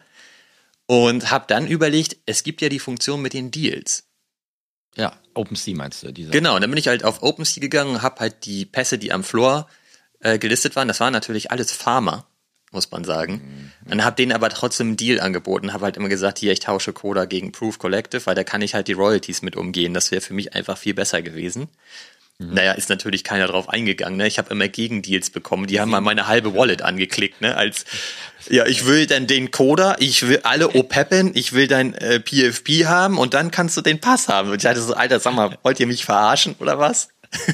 Und habe dann überlegt, es gibt ja die Funktion mit den Deals. Ja, OpenSea meinst du? Dieser Genau, und dann bin ich halt auf OpenSea gegangen, habe halt die Pässe, die am Floor äh, gelistet waren, das waren natürlich alles Farmer, muss man sagen. Mhm. Dann habe denen aber trotzdem einen Deal angeboten, habe halt immer gesagt, hier, ich tausche Coda gegen Proof Collective, weil da kann ich halt die Royalties mit umgehen. Das wäre für mich einfach viel besser gewesen. Mhm. Naja, ist natürlich keiner drauf eingegangen. Ne? Ich habe immer Gegendeals bekommen. Die haben mal meine halbe Wallet angeklickt. Ne? Als ja, ich will dann den Coda, ich will alle O P E P en, ich will dein äh, P F P haben und dann kannst du den Pass haben. Und ich dachte so, Alter, sag mal, wollt ihr mich verarschen oder was?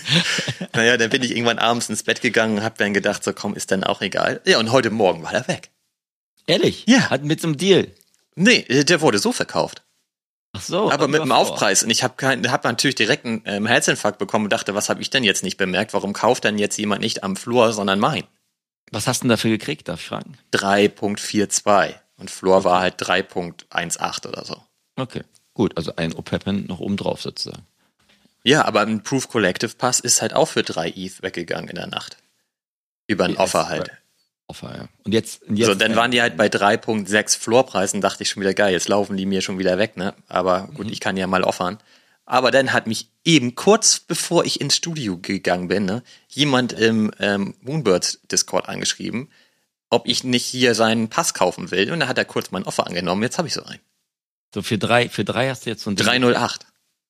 Naja, dann bin ich irgendwann abends ins Bett gegangen und hab dann gedacht, so komm, ist dann auch egal. Ja, und heute Morgen war er weg. Ehrlich? Ja. Hat mit so einem Deal? Nee, der wurde so verkauft. Ach so. Aber mit dem Aufpreis. Und ich habe hab natürlich direkt einen ähm, Herzinfarkt bekommen und dachte, was habe ich denn jetzt nicht bemerkt? Warum kauft dann jetzt jemand nicht am Floor, sondern mein? Was hast du denn dafür gekriegt, darf ich fragen? drei Komma zweiundvierzig. Und Floor okay. war halt drei Komma achtzehn oder so. Okay, gut. Also ein O P E P en noch oben drauf sozusagen. Ja, aber ein Proof Collective Pass ist halt auch für drei E T H weggegangen in der Nacht. Über ein Offer halt. Offer, ja. Und jetzt, und jetzt so, dann waren die halt bei drei Komma sechs Floorpreisen, dachte ich schon wieder geil, jetzt laufen die mir schon wieder weg, ne? Aber gut, mhm. ich kann ja mal offern. Aber dann hat mich eben kurz bevor ich ins Studio gegangen bin, ne, jemand im ähm, Moonbirds Discord angeschrieben, ob ich nicht hier seinen Pass kaufen will. Und dann hat er kurz mein Offer angenommen, jetzt habe ich so einen. So für drei, für drei hast du jetzt so ein drei null acht.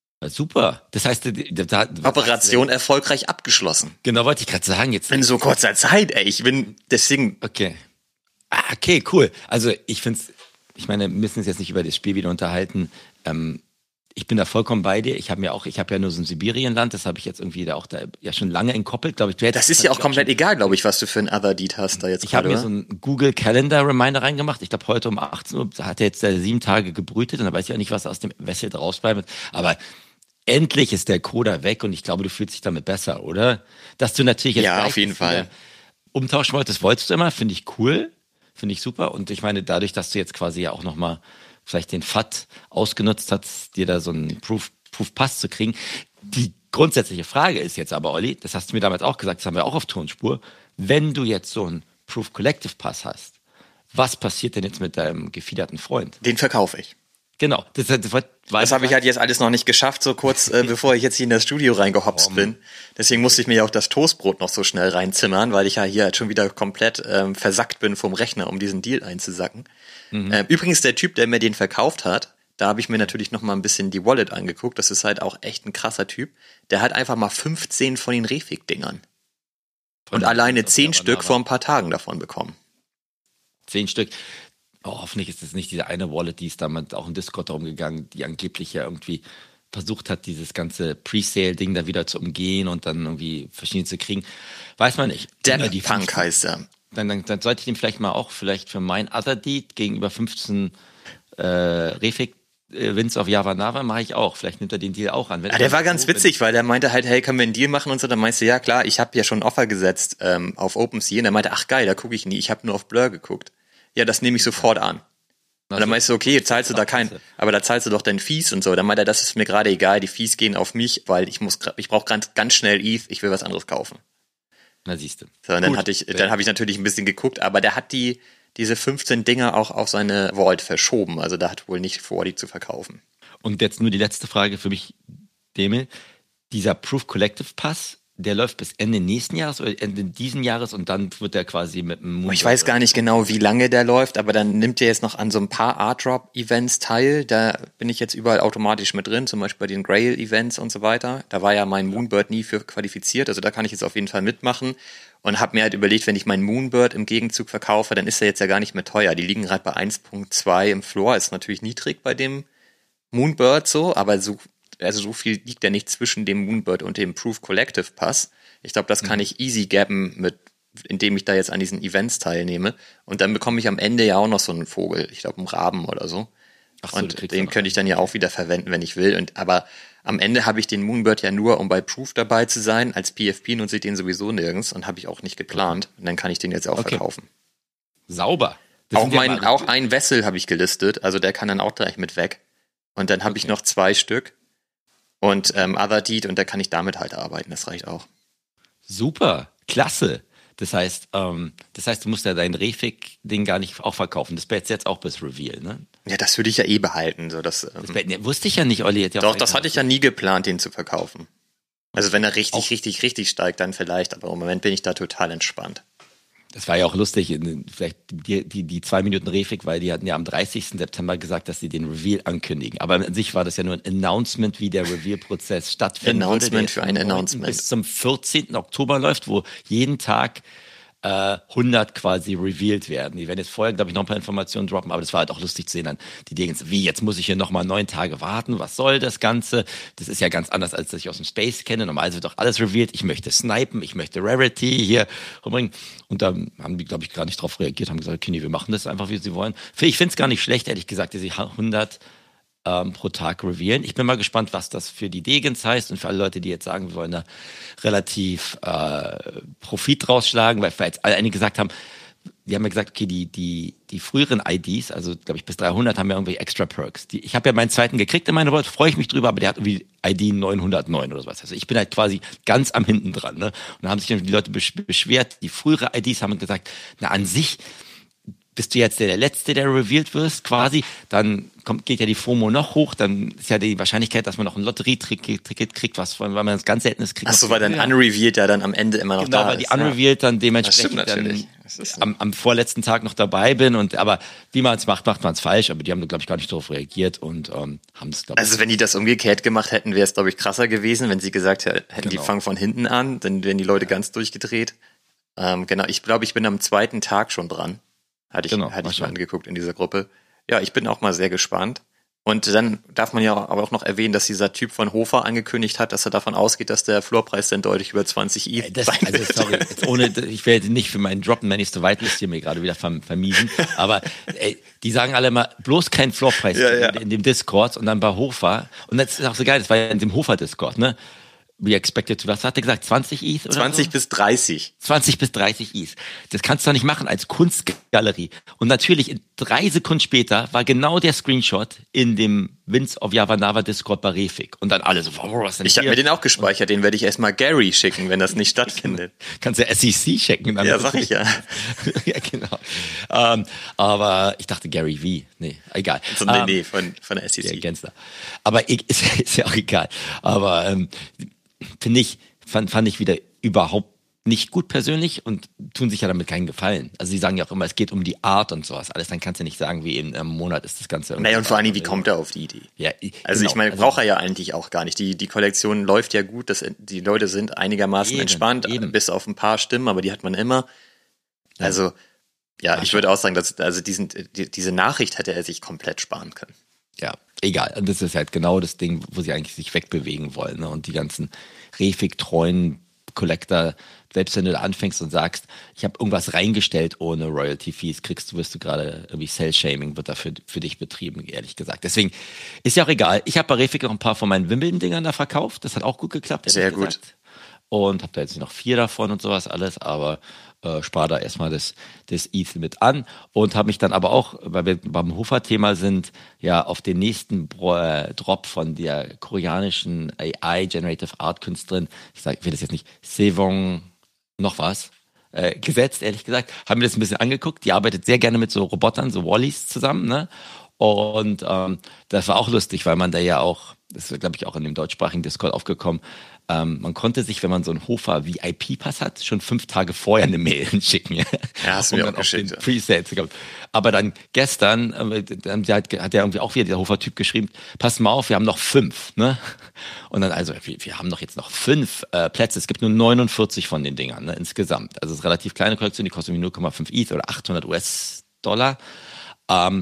Super. Das heißt, da, da, Operation da, erfolgreich abgeschlossen. Genau, wollte ich gerade sagen. Jetzt in so kurzer Zeit, ey. Ich bin deswegen. Okay. Ah, okay, cool. Also ich finde es, ich meine, wir müssen uns jetzt nicht über das Spiel wieder unterhalten. Ähm, ich bin da vollkommen bei dir. Ich habe mir auch, ich habe ja nur so ein Sibirienland, das habe ich jetzt irgendwie da auch da ja schon lange entkoppelt, glaube ich. Du das ist ja auch komplett egal, glaube ich, was du für ein Other Deed hast da jetzt. Ich habe mir so einen Google Calendar Reminder reingemacht. Ich glaube, heute um achtzehn Uhr hat er jetzt da sieben Tage gebrütet und da weiß ich auch nicht, was aus dem Wessel rausbleibt. Aber endlich ist der Coda weg und ich glaube, du fühlst dich damit besser, oder? Dass du natürlich jetzt ja, auf jeden Fall umtauschen wolltest, wolltest du immer, finde ich cool, finde ich super. Und ich meine, dadurch, dass du jetzt quasi ja auch nochmal vielleicht den F A T ausgenutzt hast, dir da so einen Proof, Proof Pass zu kriegen. Die grundsätzliche Frage ist jetzt aber, Olli, das hast du mir damals auch gesagt, das haben wir auch auf Tonspur, wenn du jetzt so einen Proof Collective Pass hast, was passiert denn jetzt mit deinem gefiederten Freund? Den verkaufe ich. Genau. Das, das, das, das habe ich halt jetzt alles noch nicht geschafft, so kurz äh, bevor ich jetzt hier in das Studio reingehopst bin. Deswegen musste ich mir ja auch das Toastbrot noch so schnell reinzimmern, weil ich ja hier halt schon wieder komplett ähm, versackt bin vom Rechner, um diesen Deal einzusacken. Mhm. Ähm, übrigens, der Typ, der mir den verkauft hat, da habe ich mir natürlich noch mal ein bisschen die Wallet angeguckt. Das ist halt auch echt ein krasser Typ. Der hat einfach mal fünfzehn von den Refig-Dingern. Und alleine zehn Stück vor ein paar Tagen davon bekommen. Zehn Stück. Oh, hoffentlich ist es nicht diese eine Wallet, die ist damals auch im Discord darum gegangen, die angeblich ja irgendwie versucht hat, dieses ganze Presale-Ding da wieder zu umgehen und dann irgendwie verschiedene zu kriegen. Weiß man nicht. Depp die Punk heißt er. Dann, dann, dann sollte ich den vielleicht mal auch vielleicht für mein Other Deed gegenüber fünfzehn äh, Refig äh, Wins auf Java Nava mache ich auch. Vielleicht nimmt er den Deal auch an. Ja, der war ganz witzig, weil der meinte halt, hey, können wir einen Deal machen und so. Dann meinst du, ja klar, ich habe ja schon ein Offer gesetzt ähm, auf OpenSea. Und er meinte, ach geil, da gucke ich nie, ich habe nur auf Blur geguckt. Ja, das nehme ich sofort an. Und dann meinst du, okay, zahlst du da kein, aber da zahlst du doch deine Fees und so. Dann meint er, das ist mir gerade egal, die Fees gehen auf mich, weil ich muss, ich brauche ganz, ganz schnell E T H, ich will was anderes kaufen. Na siehst du. So, und dann hatte ich, dann habe ich natürlich ein bisschen geguckt, aber der hat die, diese fünfzehn Dinger auch auf seine Vault verschoben. Also da hat wohl nicht vor, die zu verkaufen. Und jetzt nur die letzte Frage für mich, Demel. Dieser Proof Collective Pass, der läuft bis Ende nächsten Jahres oder Ende diesen Jahres und dann wird der quasi mit einem Moonbird. Ich weiß gar nicht genau, wie lange der läuft, aber dann nimmt er jetzt noch an so ein paar Art-Drop-Events teil. Da bin ich jetzt überall automatisch mit drin, zum Beispiel bei den Grail-Events und so weiter. Da war ja mein Moonbird nie für qualifiziert, also da kann ich jetzt auf jeden Fall mitmachen. Und habe mir halt überlegt, wenn ich meinen Moonbird im Gegenzug verkaufe, dann ist er jetzt ja gar nicht mehr teuer. Die liegen gerade bei eins Komma zwei im Floor, ist natürlich niedrig bei dem Moonbird so, aber so also so viel liegt ja nicht zwischen dem Moonbird und dem Proof Collective Pass. Ich glaube, das kann mhm. ich easy gappen, mit, indem ich da jetzt an diesen Events teilnehme. Und dann bekomme ich am Ende ja auch noch so einen Vogel, ich glaube einen Raben oder so. Ach so, und den könnte ich dann ja auch wieder verwenden, wenn ich will. Und aber am Ende habe ich den Moonbird ja nur, um bei Proof dabei zu sein. Als P F P nutze ich den sowieso nirgends und habe ich auch nicht geplant. Und dann kann ich den jetzt auch okay. verkaufen. Sauber. Das auch mein, auch ein Vessel habe ich gelistet, also der kann dann auch gleich mit weg. Und dann habe okay. ich noch zwei Stück. Und ähm, Other Deed und da kann ich damit halt arbeiten, das reicht auch. Super, klasse. Das heißt, ähm, das heißt, du musst ja dein Refig-Ding gar nicht auch verkaufen. Das wäre jetzt auch bis Reveal, ne? Ja, das würde ich ja eh behalten. So, das, ähm, das wär, ne, wusste ich ja nicht, Olli. Ja doch, das hatte ich ja nie geplant, den zu verkaufen. Also wenn er richtig, auch richtig, richtig steigt, dann vielleicht. Aber im Moment bin ich da total entspannt. Das war ja auch lustig, vielleicht die, die, die zwei Minuten Refig, weil die hatten ja am dreißigsten September gesagt, dass sie den Reveal ankündigen. Aber an sich war das ja nur ein Announcement, wie der Reveal-Prozess stattfindet. Announcement für ein Announcement. Bis zum vierzehnten Oktober läuft, wo jeden Tag äh, hundert quasi revealed werden. Die werden jetzt vorher, glaube ich, noch ein paar Informationen droppen, aber das war halt auch lustig zu sehen, dann die Dinge, wie, jetzt muss ich hier nochmal neun Tage warten, was soll das Ganze? Das ist ja ganz anders, als das ich aus dem Space kenne. Normalerweise wird doch alles revealed. Ich möchte snipen, ich möchte Rarity hier rumbringen. Und da haben die, glaube ich, gar nicht drauf reagiert, haben gesagt, okay, nee, wir machen das einfach, wie sie wollen. Ich finde es gar nicht schlecht, ehrlich gesagt, diese hundert ähm, pro Tag revealen. Ich bin mal gespannt, was das für die Degens heißt und für alle Leute, die jetzt sagen, wir wollen da relativ äh, Profit rausschlagen, weil jetzt einige gesagt haben, die haben ja gesagt, okay, die, die, die früheren I Ds, also glaube ich bis dreihundert, haben ja irgendwie extra Perks. Die, ich habe ja meinen zweiten gekriegt in meiner World, freue ich mich drüber, aber der hat irgendwie I D neunhundertneun oder sowas. Also ich bin halt quasi ganz am hinten dran. Ne? Und dann haben sich die Leute beschwert, die frühere I Ds haben gesagt, na an sich bist du jetzt der, der Letzte, der revealed wirst, quasi, dann kommt, geht ja die FOMO noch hoch, dann ist ja die Wahrscheinlichkeit, dass man noch ein Lotterieticket kriegt, was, weil man das ganz seltenes kriegt. Achso, weil dann unrevealed ja dann am Ende immer noch genau, da ist. Genau, weil die unrevealed ja. dann dementsprechend dann so. am, am vorletzten Tag noch dabei bin und, aber wie man es macht, macht man es falsch, aber die haben, glaube ich, gar nicht darauf reagiert und ähm, haben es, glaube ich. Also wenn die das umgekehrt gemacht hätten, wäre es, glaube ich, krasser gewesen, wenn sie gesagt hätten, genau. die fangen von hinten an, dann wären die Leute ja. ganz durchgedreht. Ähm, genau, ich glaube, ich bin am zweiten Tag schon dran. Hatte ich, genau, hatte ich mal angeguckt in dieser Gruppe. Ja, ich bin auch mal sehr gespannt. Und dann darf man ja aber auch noch erwähnen, dass dieser Typ von Hofer angekündigt hat, dass er davon ausgeht, dass der Floorpreis dann deutlich über zwanzig E T H das, sein also, wird. Sorry, jetzt ohne, ich werde nicht für meinen Drop Man the Whitelist hier mir gerade wieder vermiesen, aber ey, die sagen alle immer, bloß kein Floorpreis ja, ja. in dem Discord und dann bei Hofer. Und das ist auch so geil, das war ja in dem Hofer-Discord, ne? We expected to, was hat er gesagt, zwanzig E T H oder zwanzig so? bis dreißig. zwanzig bis dreißig E T H. Das kannst du doch nicht machen als Kunstgalerie. Und natürlich, in drei Sekunden später war genau der Screenshot in dem Winds of Yavanava Discord bei Refig. Und dann alle so, wow, was denn Ich habe mir den auch gespeichert, den werde ich erstmal Gary schicken, wenn das nicht stattfindet. Kannst du S E C schicken. Dann ja, sag ich ja. ja, genau. Ähm, aber ich dachte Gary V. Nee, egal. So, nee, ähm, nee, von, von der S E C. Der Gänzler. Aber ich, ist, ist ja auch egal. Aber ähm, finde ich, fand, fand ich wieder überhaupt nicht gut persönlich und tun sich ja damit keinen Gefallen. Also sie sagen ja auch immer, es geht um die Art und sowas. Alles, dann kannst du nicht sagen, wie in einem Monat ist das Ganze. Naja, und vor allem, wie kommt er auf die Idee? Ja, also genau. ich meine, also, braucht er ja eigentlich auch gar nicht. Die, die Kollektion läuft ja gut, das, die Leute sind einigermaßen eben, entspannt, eben. bis auf ein paar Stimmen, aber die hat man immer. Also, ja, ja ich würde auch sagen, dass also diesen, die, diese Nachricht hätte er sich komplett sparen können. Ja, egal. Und das ist halt genau das Ding, wo sie eigentlich sich wegbewegen wollen. Ne? Und die ganzen Refig-treuen Collector, selbst wenn du da anfängst und sagst, ich habe irgendwas reingestellt ohne Royalty-Fees, kriegst du, wirst du gerade irgendwie Cell-Shaming wird da für, für dich betrieben, ehrlich gesagt. Deswegen ist ja auch egal. Ich habe bei Refig auch ein paar von meinen Wimbledon-Dingern da verkauft. Das hat auch gut geklappt. Sehr gut. Gesagt. Und habe da jetzt noch vier davon und sowas alles, aber äh, spare da erstmal das, das E T H mit an und habe mich dann aber auch, weil wir beim Hofer-Thema sind, ja auf den nächsten Bro- Drop von der koreanischen A I Generative Art Künstlerin, ich sage, ich will das jetzt nicht, Sevong noch was, äh, gesetzt, ehrlich gesagt, haben mir das ein bisschen angeguckt. Die arbeitet sehr gerne mit so Robotern, so Wallys zusammen, ne? Und ähm, das war auch lustig, weil man da ja auch, das ist glaube ich auch in dem deutschsprachigen Discord aufgekommen, ähm, man konnte sich, wenn man so einen Hofer V I P-Pass hat, schon fünf Tage vorher eine Mail hinschicken. Ja, hast du um mir dann auch geschickt. Den Presale zu kommen. Aber dann gestern äh, dann hat, hat ja irgendwie auch wieder dieser Hofer-Typ geschrieben, pass mal auf, wir haben noch fünf. Ne? Und dann also, wir, wir haben doch jetzt noch fünf äh, Plätze. Es gibt nur neunundvierzig von den Dingern, ne, insgesamt. Also es ist eine relativ kleine Kollektion, die kostet null Komma fünf E T H oder achthundert U S-Dollar. Ähm,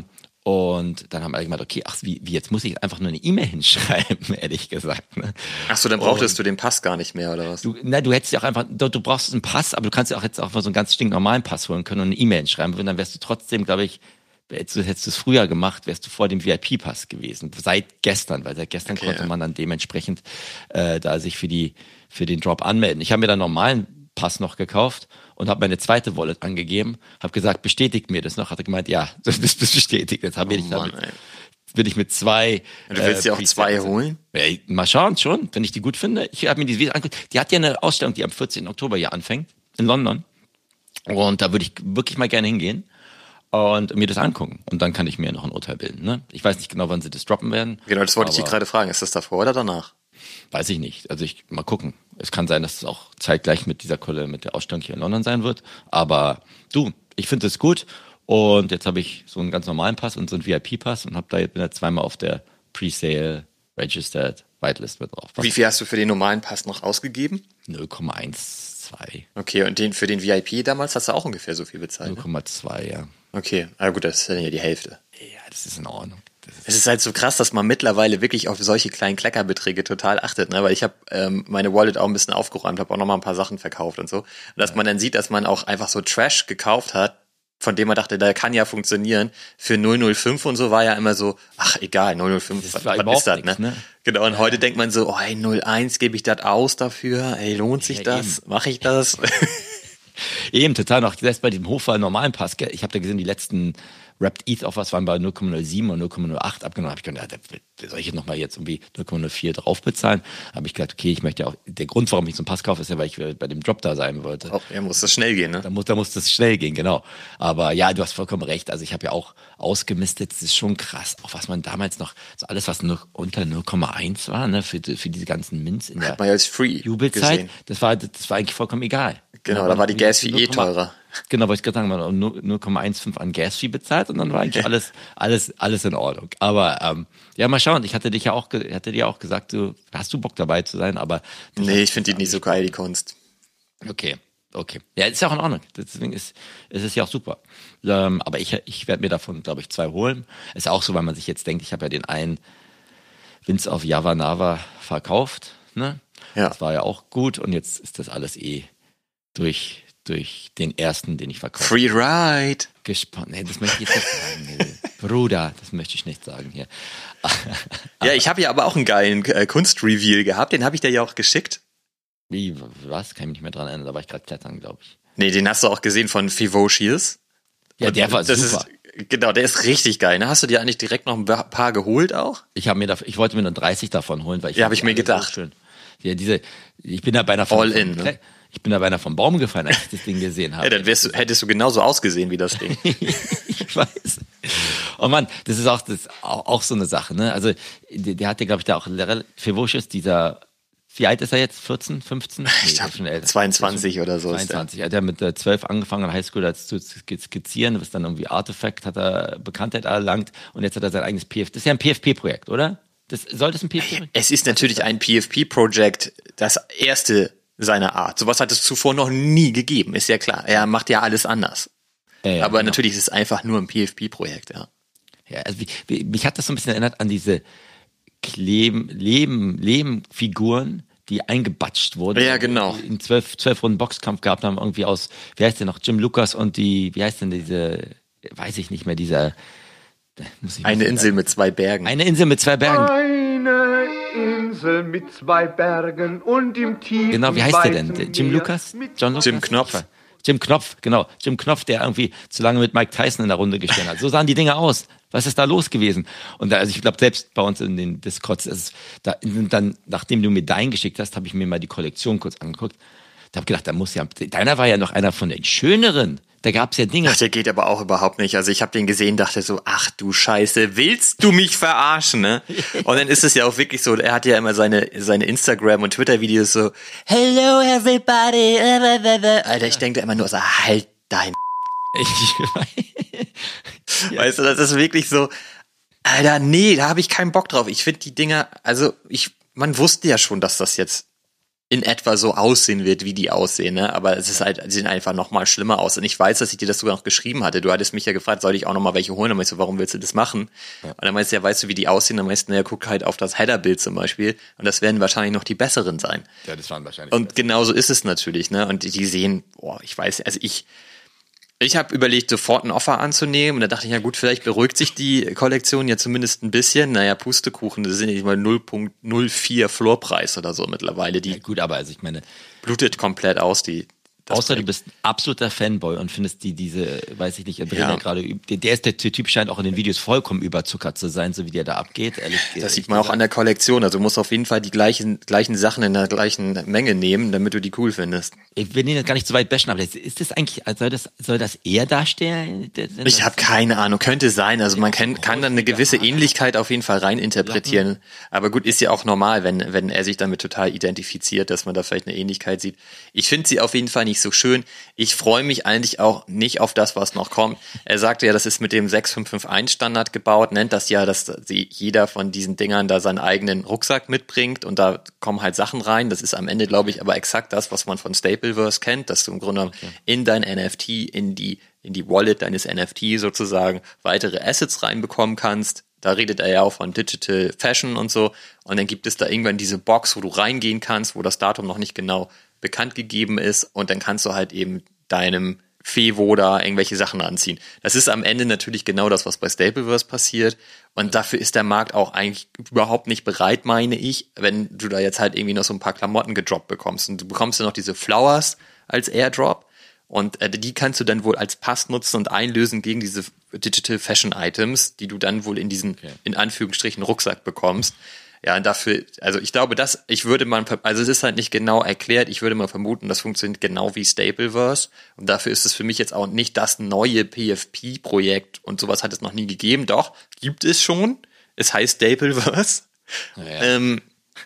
Und dann haben alle gemeint, okay, ach, wie, wie jetzt muss ich einfach nur eine E-Mail hinschreiben, ehrlich gesagt. Ne? Ach so, dann brauchtest und, du den Pass gar nicht mehr, oder was? Du, na, du hättest ja auch einfach, du, du brauchst einen Pass, aber du kannst ja auch jetzt auch mal so einen ganz stinknormalen Pass holen können und eine E-Mail hinschreiben. Und dann wärst du trotzdem, glaube ich, hättest du, hättest du es früher gemacht, wärst du vor dem V I P-Pass gewesen. Seit gestern, weil seit gestern okay, konnte ja. man dann dementsprechend äh, da sich für die für den Drop anmelden. Ich habe mir dann normalen Pass noch gekauft und habe meine zweite Wallet angegeben, habe gesagt, bestätigt mir das noch, hat er gemeint, ja, das ist bestätigt. Jetzt habe oh ich damit, bin ich mit zwei. Und du willst dir äh, auch zwei holen? Ey, mal schauen schon, wenn ich die gut finde. Ich habe mir die angeguckt. Die hat ja eine Ausstellung, die am vierzehnten Oktober hier anfängt in London, und da würde ich wirklich mal gerne hingehen und mir das angucken. Und dann kann ich mir noch ein Urteil bilden. Ne? Ich weiß nicht genau, wann sie das droppen werden. Genau, das wollte ich dich gerade fragen. Ist das davor oder danach? Weiß ich nicht. Also ich mal gucken. Es kann sein, dass es auch zeitgleich mit dieser Kolle, mit der Ausstellung hier in London sein wird. Aber du, ich finde es gut. Und jetzt habe ich so einen ganz normalen Pass und so einen V I P-Pass und habe da jetzt bin da zweimal auf der Pre-Sale Registered Whitelist mit drauf. Wie viel hast du für den normalen Pass noch ausgegeben? null Komma zwölf. Okay, und den für den V I P damals hast du auch ungefähr so viel bezahlt? null Komma zwei, ne? Ja. Okay, aber gut, das ist dann ja die Hälfte. Ja, das ist in Ordnung. Es ist halt so krass, dass man mittlerweile wirklich auf solche kleinen Kleckerbeträge total achtet, ne? Weil ich habe ähm, meine Wallet auch ein bisschen aufgeräumt, habe auch noch mal ein paar Sachen verkauft und so. Und dass man dann sieht, dass man auch einfach so Trash gekauft hat, von dem man dachte, der kann ja funktionieren. Für null null fünf und so war ja immer so, ach egal, null null fünf, was, was ist das, nix, ne? ne? Genau, und ja. heute denkt man so, oh, ey, null eins, gebe ich das aus dafür? Ey, lohnt sich ja, das? Mache ich das? Eben, total noch. Selbst bei dem Hofer normalen Pass, ich habe da gesehen, die letzten Wrapped E T H Offers waren bei null Komma null sieben und null Komma null acht abgenommen. Habe ich gedacht, ja, soll ich jetzt nochmal jetzt irgendwie null Komma null vier drauf bezahlen? Habe ich gedacht, okay, ich möchte ja auch, der Grund, warum ich so einen Pass kaufe, ist ja, weil ich bei dem Drop da sein wollte. Oh, ja, muss das schnell gehen, ne? Da muss, da muss das schnell gehen, genau. Aber ja, du hast vollkommen recht. Also ich habe ja auch ausgemistet, das ist schon krass, auch was man damals noch, so alles, was nur unter null Komma eins war, ne, für, für diese ganzen Mints in der hat man ja als Free Jubelzeit, gesehen. das war, das war eigentlich vollkommen egal. Genau, ja, da war die Gas-Fee eh teurer. Genau, wollte ich gerade sagen, man hat null Komma fünfzehn an Gas-Fee bezahlt und dann war eigentlich alles, alles, alles in Ordnung. Aber ähm, ja, mal schauen. Ich hatte dich ja auch, hatte dir auch gesagt, du hast du Bock dabei zu sein, aber nee, ich finde die nicht so geil, die Kunst. Okay, okay, ja, ist ja auch in Ordnung. Deswegen ist, ist es ja auch super. Ähm, aber ich, ich werde mir davon, glaube ich, zwei holen. Ist auch so, weil man sich jetzt denkt, ich habe ja den einen Vince auf Java Nava verkauft, ne? Ja. Das war ja auch gut und jetzt ist das alles eh durch durch den ersten, den ich verkaufe. Free Ride. Gespannt. Nee, das möchte ich jetzt nicht sagen. Bruder, das möchte ich nicht sagen hier. Ja, ich habe ja aber auch einen geilen äh, Kunstreveal gehabt. Den habe ich dir ja auch geschickt. Wie, was? Kann ich mich nicht mehr dran erinnern. Da war ich gerade klettern, glaube ich. Nee, den hast du auch gesehen von Fivocious. Ja, der war das super. Ist, genau, der ist richtig geil. Ne? Hast du dir eigentlich direkt noch ein paar geholt auch? Ich habe mir da, ich wollte mir nur dreißig davon holen, weil ich ja, habe ich mir gedacht. So schön. Ja, diese, ich bin da bei einer All in, ne? Ich bin da bei einer vom Baum gefallen, als ich das Ding gesehen habe. Ja, dann wärst du, hättest du genauso ausgesehen wie das Ding. Ich weiß. Oh Mann, das ist auch, das ist auch, auch so eine Sache, ne? Also, der, der hatte, glaube ich, da auch Fivocious, dieser, wie alt ist er jetzt? vierzehn, fünfzehn? Nee, ich glaube, zweiundzwanzig oder so. zweiundzwanzig. Er hat ja mit äh, zwölf angefangen an Highschool als zu skizzieren, was dann irgendwie Artifact hat er Bekanntheit erlangt und jetzt hat er sein eigenes P F P. Das ist ja ein P F P-Projekt, oder? Das, soll das ein P F P-Projekt? Es ist natürlich ein P F P-Projekt, das erste seiner Art. Sowas hat es zuvor noch nie gegeben, ist ja klar. Er macht ja alles anders. Ja, ja, aber genau. Natürlich ist es einfach nur ein P F P-Projekt, ja. Ja, also wie, wie, mich hat das so ein bisschen erinnert an diese Leben, Leben, Leben-Figuren, die eingebatscht wurden. Ja, genau. In zwölf, zwölf Runden Boxkampf gehabt haben, irgendwie aus, wie heißt der noch, Jim Lucas und die, wie heißt denn diese, weiß ich nicht mehr, dieser, muss ich Eine Insel mit zwei Bergen. Eine Insel mit zwei Bergen. Eine Insel mit zwei Bergen und im tiefen Genau, wie heißt der denn? Jim Lucas? John Lucas? Jim Knopf. Jim Knopf, genau. Jim Knopf, der irgendwie zu lange mit Mike Tyson in der Runde gestanden hat. So sahen die Dinge aus. Was ist da los gewesen? Und da, also ich glaube, selbst bei uns in den Discords, ist da, dann, nachdem du mir deinen geschickt hast, habe ich mir mal die Kollektion kurz angeguckt. Da habe gedacht, da muss ja, deiner war ja noch einer von den schöneren. Da gab's ja Dinge. Ach, der geht aber auch überhaupt nicht. Also ich habe den gesehen, dachte so, ach du Scheiße, willst du mich verarschen, ne? Und dann ist es ja auch wirklich so, er hat ja immer seine seine Instagram- und Twitter-Videos so, hello everybody, Alter, ich denke da immer nur so, halt dein Weißt du, das ist wirklich so, Alter, nee, da habe ich keinen Bock drauf. Ich finde die Dinger, also ich, man wusste ja schon, dass das jetzt in etwa so aussehen wird, wie die aussehen, ne? Aber es ist halt, sie sehen einfach noch mal schlimmer aus. Und ich weiß, dass ich dir das sogar noch geschrieben hatte. Du hattest mich ja gefragt, soll ich auch noch mal welche holen? Und ich so, warum willst du das machen? Ja. Und dann meinst du ja, weißt du, wie die aussehen? Dann meinst du, naja, guck halt auf das Header-Bild zum Beispiel. Und das werden wahrscheinlich noch die besseren sein. Ja, das waren wahrscheinlich. Und genauso ist es natürlich, ne? Und die, die sehen, boah, ich weiß, also ich, Ich habe überlegt, sofort ein Offer anzunehmen und da dachte ich, ja gut, vielleicht beruhigt sich die Kollektion ja zumindest ein bisschen. Naja, Pustekuchen, das sind ja nicht mal null Komma null vier Floorpreis oder so mittlerweile. Die ja, gut, aber also ich meine, blutet komplett aus, die. Außer Projekt. Du bist ein absoluter Fanboy und findest die, diese, weiß ich nicht, Brenner ja. gerade, der ist der Typ, scheint auch in den Videos vollkommen überzuckert zu sein, so wie der da abgeht. Ehrlich, das sieht man auch an der Kollektion, also du musst auf jeden Fall die gleichen, gleichen Sachen in der gleichen Menge nehmen, damit du die cool findest. Ich will den gar nicht so weit bashen, aber ist das eigentlich, soll das, soll das eher darstellen? Ich habe keine Ahnung, könnte sein, also man kann, kann dann eine gewisse Ähnlichkeit auf jeden Fall rein interpretieren, aber gut, ist ja auch normal, wenn, wenn er sich damit total identifiziert, dass man da vielleicht eine Ähnlichkeit sieht. Ich finde sie auf jeden Fall nicht so schön. Ich freue mich eigentlich auch nicht auf das, was noch kommt. Er sagte ja, das ist mit dem sechs fünf fünf eins Standard gebaut, nennt das ja, dass sie, jeder von diesen Dingern da seinen eigenen Rucksack mitbringt und da kommen halt Sachen rein. Das ist am Ende, glaube ich, aber exakt das, was man von Stapleverse kennt, dass du im Grunde okay. in dein N F T, in die, in die Wallet deines N F T sozusagen weitere Assets reinbekommen kannst. Da redet er ja auch von Digital Fashion und so. Und dann gibt es da irgendwann diese Box, wo du reingehen kannst, wo das Datum noch nicht genau bekannt gegeben ist und dann kannst du halt eben deinem Fevo da irgendwelche Sachen anziehen. Das ist am Ende natürlich genau das, was bei Stapleverse passiert und dafür ist der Markt auch eigentlich überhaupt nicht bereit, meine ich, wenn du da jetzt halt irgendwie noch so ein paar Klamotten gedroppt bekommst und du bekommst ja noch diese Flowers als Airdrop und äh, die kannst du dann wohl als Pass nutzen und einlösen gegen diese Digital Fashion Items, die du dann wohl in diesen, okay. in Anführungsstrichen, Rucksack bekommst. Ja, und dafür, also ich glaube, das, ich würde mal, also es ist halt nicht genau erklärt, ich würde mal vermuten, das funktioniert genau wie Stapleverse und dafür ist es für mich jetzt auch nicht das neue P F P-Projekt und sowas hat es noch nie gegeben, doch, gibt es schon, es heißt Stapleverse ja. ähm,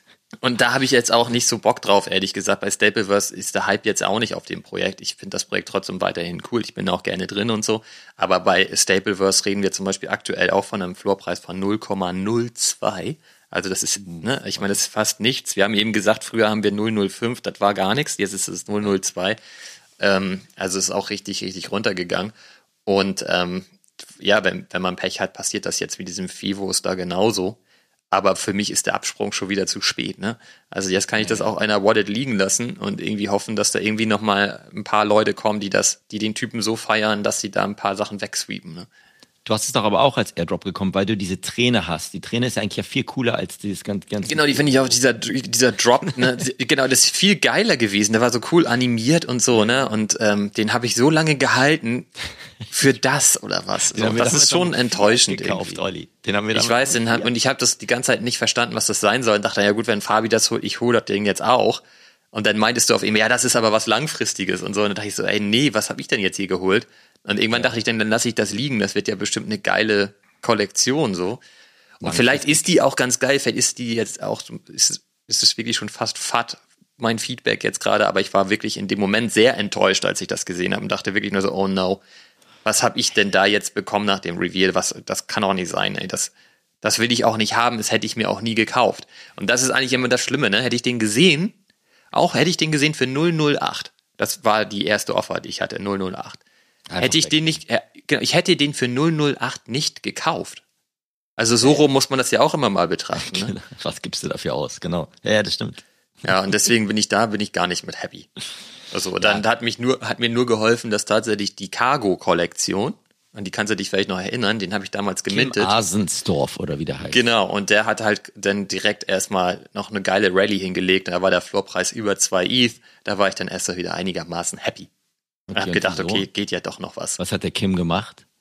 und da habe ich jetzt auch nicht so Bock drauf, ehrlich gesagt, bei Stapleverse ist der Hype jetzt auch nicht auf dem Projekt, ich finde das Projekt trotzdem weiterhin cool, ich bin auch gerne drin und so, aber bei Stapleverse reden wir zum Beispiel aktuell auch von einem Floorpreis von null Komma null zwei. Also das ist, ne, ich meine, das ist fast nichts. Wir haben eben gesagt, früher haben wir null Komma null fünf, das war gar nichts, jetzt ist es null Komma null zwei. Ähm, also es ist auch richtig, richtig runtergegangen. Und ähm, ja, wenn, wenn man Pech hat, passiert das jetzt mit diesem Fivos da genauso. Aber für mich ist der Absprung schon wieder zu spät, ne? Also jetzt kann ich das auch einer Wallet liegen lassen und irgendwie hoffen, dass da irgendwie nochmal ein paar Leute kommen, die das, die den Typen so feiern, dass sie da ein paar Sachen wegsweepen, ne? Du hast es doch aber auch als Airdrop gekommen, weil du diese Träne hast. Die Träne ist ja eigentlich ja viel cooler als dieses ganze... Genau, die finde ich auch, dieser, dieser Drop, ne, genau, das ist viel geiler gewesen. Der war so cool animiert und so, ne, und ähm, den habe ich so lange gehalten für das oder was. So, das ist schon enttäuschend gekauft, irgendwie. Olli. Den haben wir ich weiß, den hat, und ich habe das die ganze Zeit nicht verstanden, was das sein soll und dachte, ja gut, wenn Fabi das holt, ich hole das Ding jetzt auch. Und dann meintest du auf ihm, ja, das ist aber was Langfristiges und so. Und dann dachte ich so, ey, nee, was habe ich denn jetzt hier geholt? Und irgendwann ja. dachte ich dann, dann lasse ich das liegen. Das wird ja bestimmt eine geile Kollektion so. Und Lang vielleicht ist die auch ganz geil. Vielleicht ist die jetzt auch, ist, ist es wirklich schon fast fad, mein Feedback jetzt gerade. Aber ich war wirklich in dem Moment sehr enttäuscht, als ich das gesehen habe und dachte wirklich nur so, oh no, was habe ich denn da jetzt bekommen nach dem Reveal? Was, das kann auch nicht sein, ey. Das, das will ich auch nicht haben. Das hätte ich mir auch nie gekauft. Und das ist eigentlich immer das Schlimme, ne? Hätte ich den gesehen, auch hätte ich den gesehen für null Komma null acht. Das war die erste Offer, die ich hatte, null Komma null acht. Einfach hätte ich weg. den nicht, äh, genau, ich hätte den für null Komma null acht nicht gekauft. Also so rum muss man das ja auch immer mal betrachten. Ne? Was gibst du dafür aus? Genau. Ja, das stimmt. Ja, und deswegen bin ich da, bin ich gar nicht mit happy. Also dann ja. hat mich nur, hat mir nur geholfen, dass tatsächlich die Cargo-Kollektion, an die kannst du dich vielleicht noch erinnern, den habe ich damals gemintet. Kim Asensdorf oder wie der heißt. Genau, und der hat halt dann direkt erstmal noch eine geile Rallye hingelegt. Da war der Floorpreis über zwei E T H. Da war ich dann erst wieder einigermaßen happy. Okay, ich hab gedacht, okay, geht ja doch noch was. Was hat der Kim gemacht?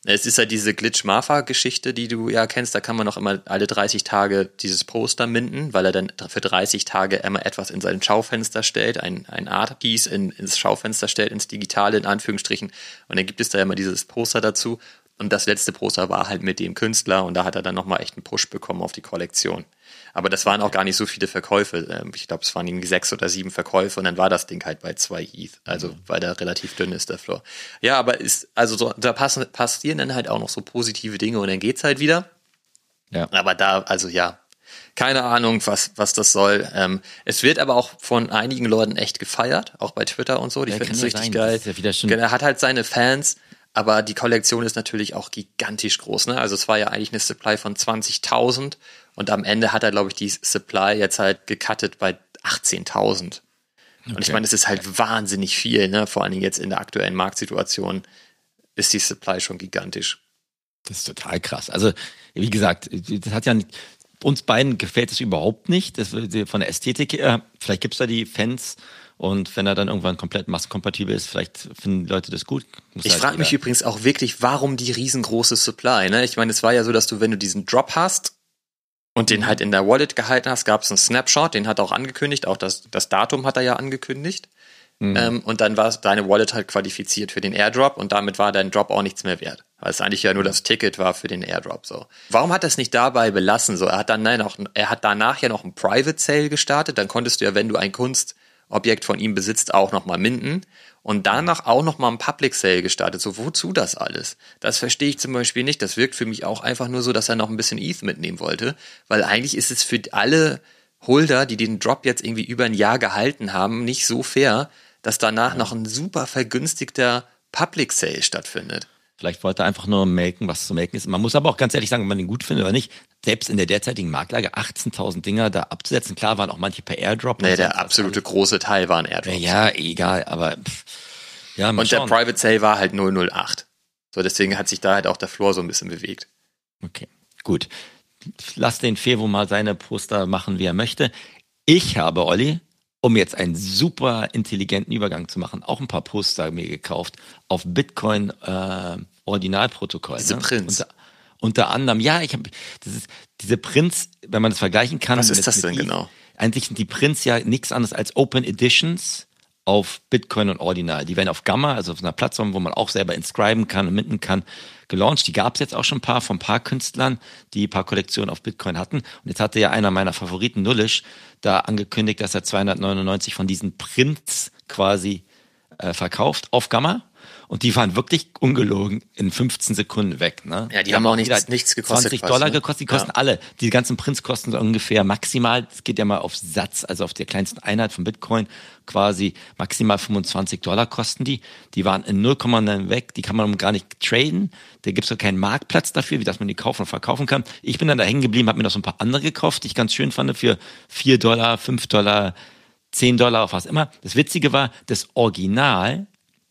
Es ist ja diese Glitch-Marfa-Geschichte, die du ja kennst, da kann man noch immer alle dreißig Tage dieses Poster minden, weil er dann für dreißig Tage immer etwas in sein Schaufenster stellt, ein, ein Art-Piece in, ins Schaufenster stellt, ins Digitale in Anführungsstrichen, und dann gibt es da immer dieses Poster dazu, und das letzte Poster war halt mit dem Künstler, und da hat er dann nochmal echt einen Push bekommen auf die Kollektion. Aber das waren auch gar nicht so viele Verkäufe. Ich glaube, es waren irgendwie sechs oder sieben Verkäufe und dann war das Ding halt bei zwei E T H. Also, mhm. weil der relativ dünn ist, der Floor. Ja, aber ist, also so, da passen, passieren dann halt auch noch so positive Dinge und dann geht's halt wieder. Ja. Aber da, also ja, keine Ahnung, was, was das soll. Ähm, es wird aber auch von einigen Leuten echt gefeiert, auch bei Twitter und so. Die ja, finden es ja richtig sein. geil. Ja er hat halt seine Fans. Aber die Kollektion ist natürlich auch gigantisch groß, ne? Also es war ja eigentlich eine Supply von zwanzigtausend und am Ende hat er, glaube ich, die Supply jetzt halt gecuttet bei achtzehntausend. Okay. Und ich meine, das ist halt wahnsinnig viel, ne? Vor allen Dingen jetzt in der aktuellen Marktsituation ist die Supply schon gigantisch. Das ist total krass. Also, wie gesagt, das hat ja nicht, uns beiden gefällt es überhaupt nicht. Das, von der Ästhetik her, vielleicht gibt's da die Fans. Und wenn er dann irgendwann komplett massenkompatibel ist, vielleicht finden Leute das gut. Muss ich halt frage mich übrigens auch wirklich, warum die riesengroße Supply, ne? Ich meine, es war ja so, dass du, wenn du diesen Drop hast und den halt in der Wallet gehalten hast, gab es einen Snapshot, den hat er auch angekündigt, auch das, das Datum hat er ja angekündigt. Mhm. Ähm, und dann war deine Wallet halt qualifiziert für den Airdrop und damit war dein Drop auch nichts mehr wert. Weil es eigentlich ja nur das Ticket war für den Airdrop, so. Warum hat er es nicht dabei belassen, so? Er hat dann, nein, auch, er hat danach ja noch einen Private Sale gestartet, dann konntest du ja, wenn du ein Kunst Objekt von ihm besitzt, auch nochmal minden und danach auch nochmal ein Public Sale gestartet. So, wozu das alles? Das verstehe ich zum Beispiel nicht. Das wirkt für mich auch einfach nur so, dass er noch ein bisschen E T H mitnehmen wollte, weil eigentlich ist es für alle Holder, die den Drop jetzt irgendwie über ein Jahr gehalten haben, nicht so fair, dass danach noch ein super vergünstigter Public Sale stattfindet. Vielleicht wollte er einfach nur melken, was zu melken ist. Man muss aber auch ganz ehrlich sagen, wenn man den gut findet oder nicht, selbst in der derzeitigen Marktlage achtzehntausend Dinger da abzusetzen. Klar waren auch manche per Airdrop. Nee, der absolute große Teil waren Airdrops. Ja, egal, aber pff, ja, mal Und schauen. Der Private Sale war halt null null acht. So, deswegen hat sich da halt auch der Floor so ein bisschen bewegt. Okay, gut. Lass den Fevo mal seine Poster machen, wie er möchte. Ich habe, Olli, um jetzt einen super intelligenten Übergang zu machen, auch ein paar Poster mir gekauft auf Bitcoin äh, Originalprotokoll. Diese ne? Prints. Unter, unter anderem, ja, ich habe das ist diese Prints, wenn man das vergleichen kann. Was ist mit, das denn mit die, genau? Eigentlich sind die Prints ja nichts anderes als Open Editions auf Bitcoin und Ordinal. Die werden auf Gamma, also auf einer Plattform, wo man auch selber inscriben kann und minden kann, gelauncht. Die gab es jetzt auch schon ein paar von ein paar Künstlern, die ein paar Kollektionen auf Bitcoin hatten. Und jetzt hatte ja einer meiner Favoriten, Nullish, da angekündigt, dass er zweihundertneunundneunzig von diesen Prints quasi äh, verkauft auf Gamma. Und die waren wirklich ungelogen in fünfzehn Sekunden weg. Ne? Ja, die, die haben auch nichts, nichts gekostet. zwanzig Dollar gekostet, die kosten ja. alle. Die ganzen Prints kosten so ungefähr maximal, es geht ja mal auf Satz, also auf der kleinsten Einheit von Bitcoin, quasi maximal fünfundzwanzig Dollar kosten die. Die waren in null Komma neun weg, die kann man gar nicht traden. Da gibt es auch keinen Marktplatz dafür, wie dass man die kaufen und verkaufen kann. Ich bin dann da hängen geblieben, habe mir noch so ein paar andere gekauft, die ich ganz schön fand, für vier Dollar, fünf Dollar, zehn Dollar, auf was immer. Das Witzige war, das Original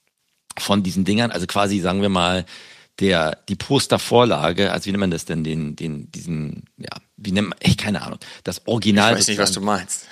von diesen Dingern, also quasi, sagen wir mal, der, die Postervorlage, also wie nennt man das denn, den, den, diesen, ja, wie nennt man, echt keine Ahnung, das Original. Ich weiß nicht, was du meinst.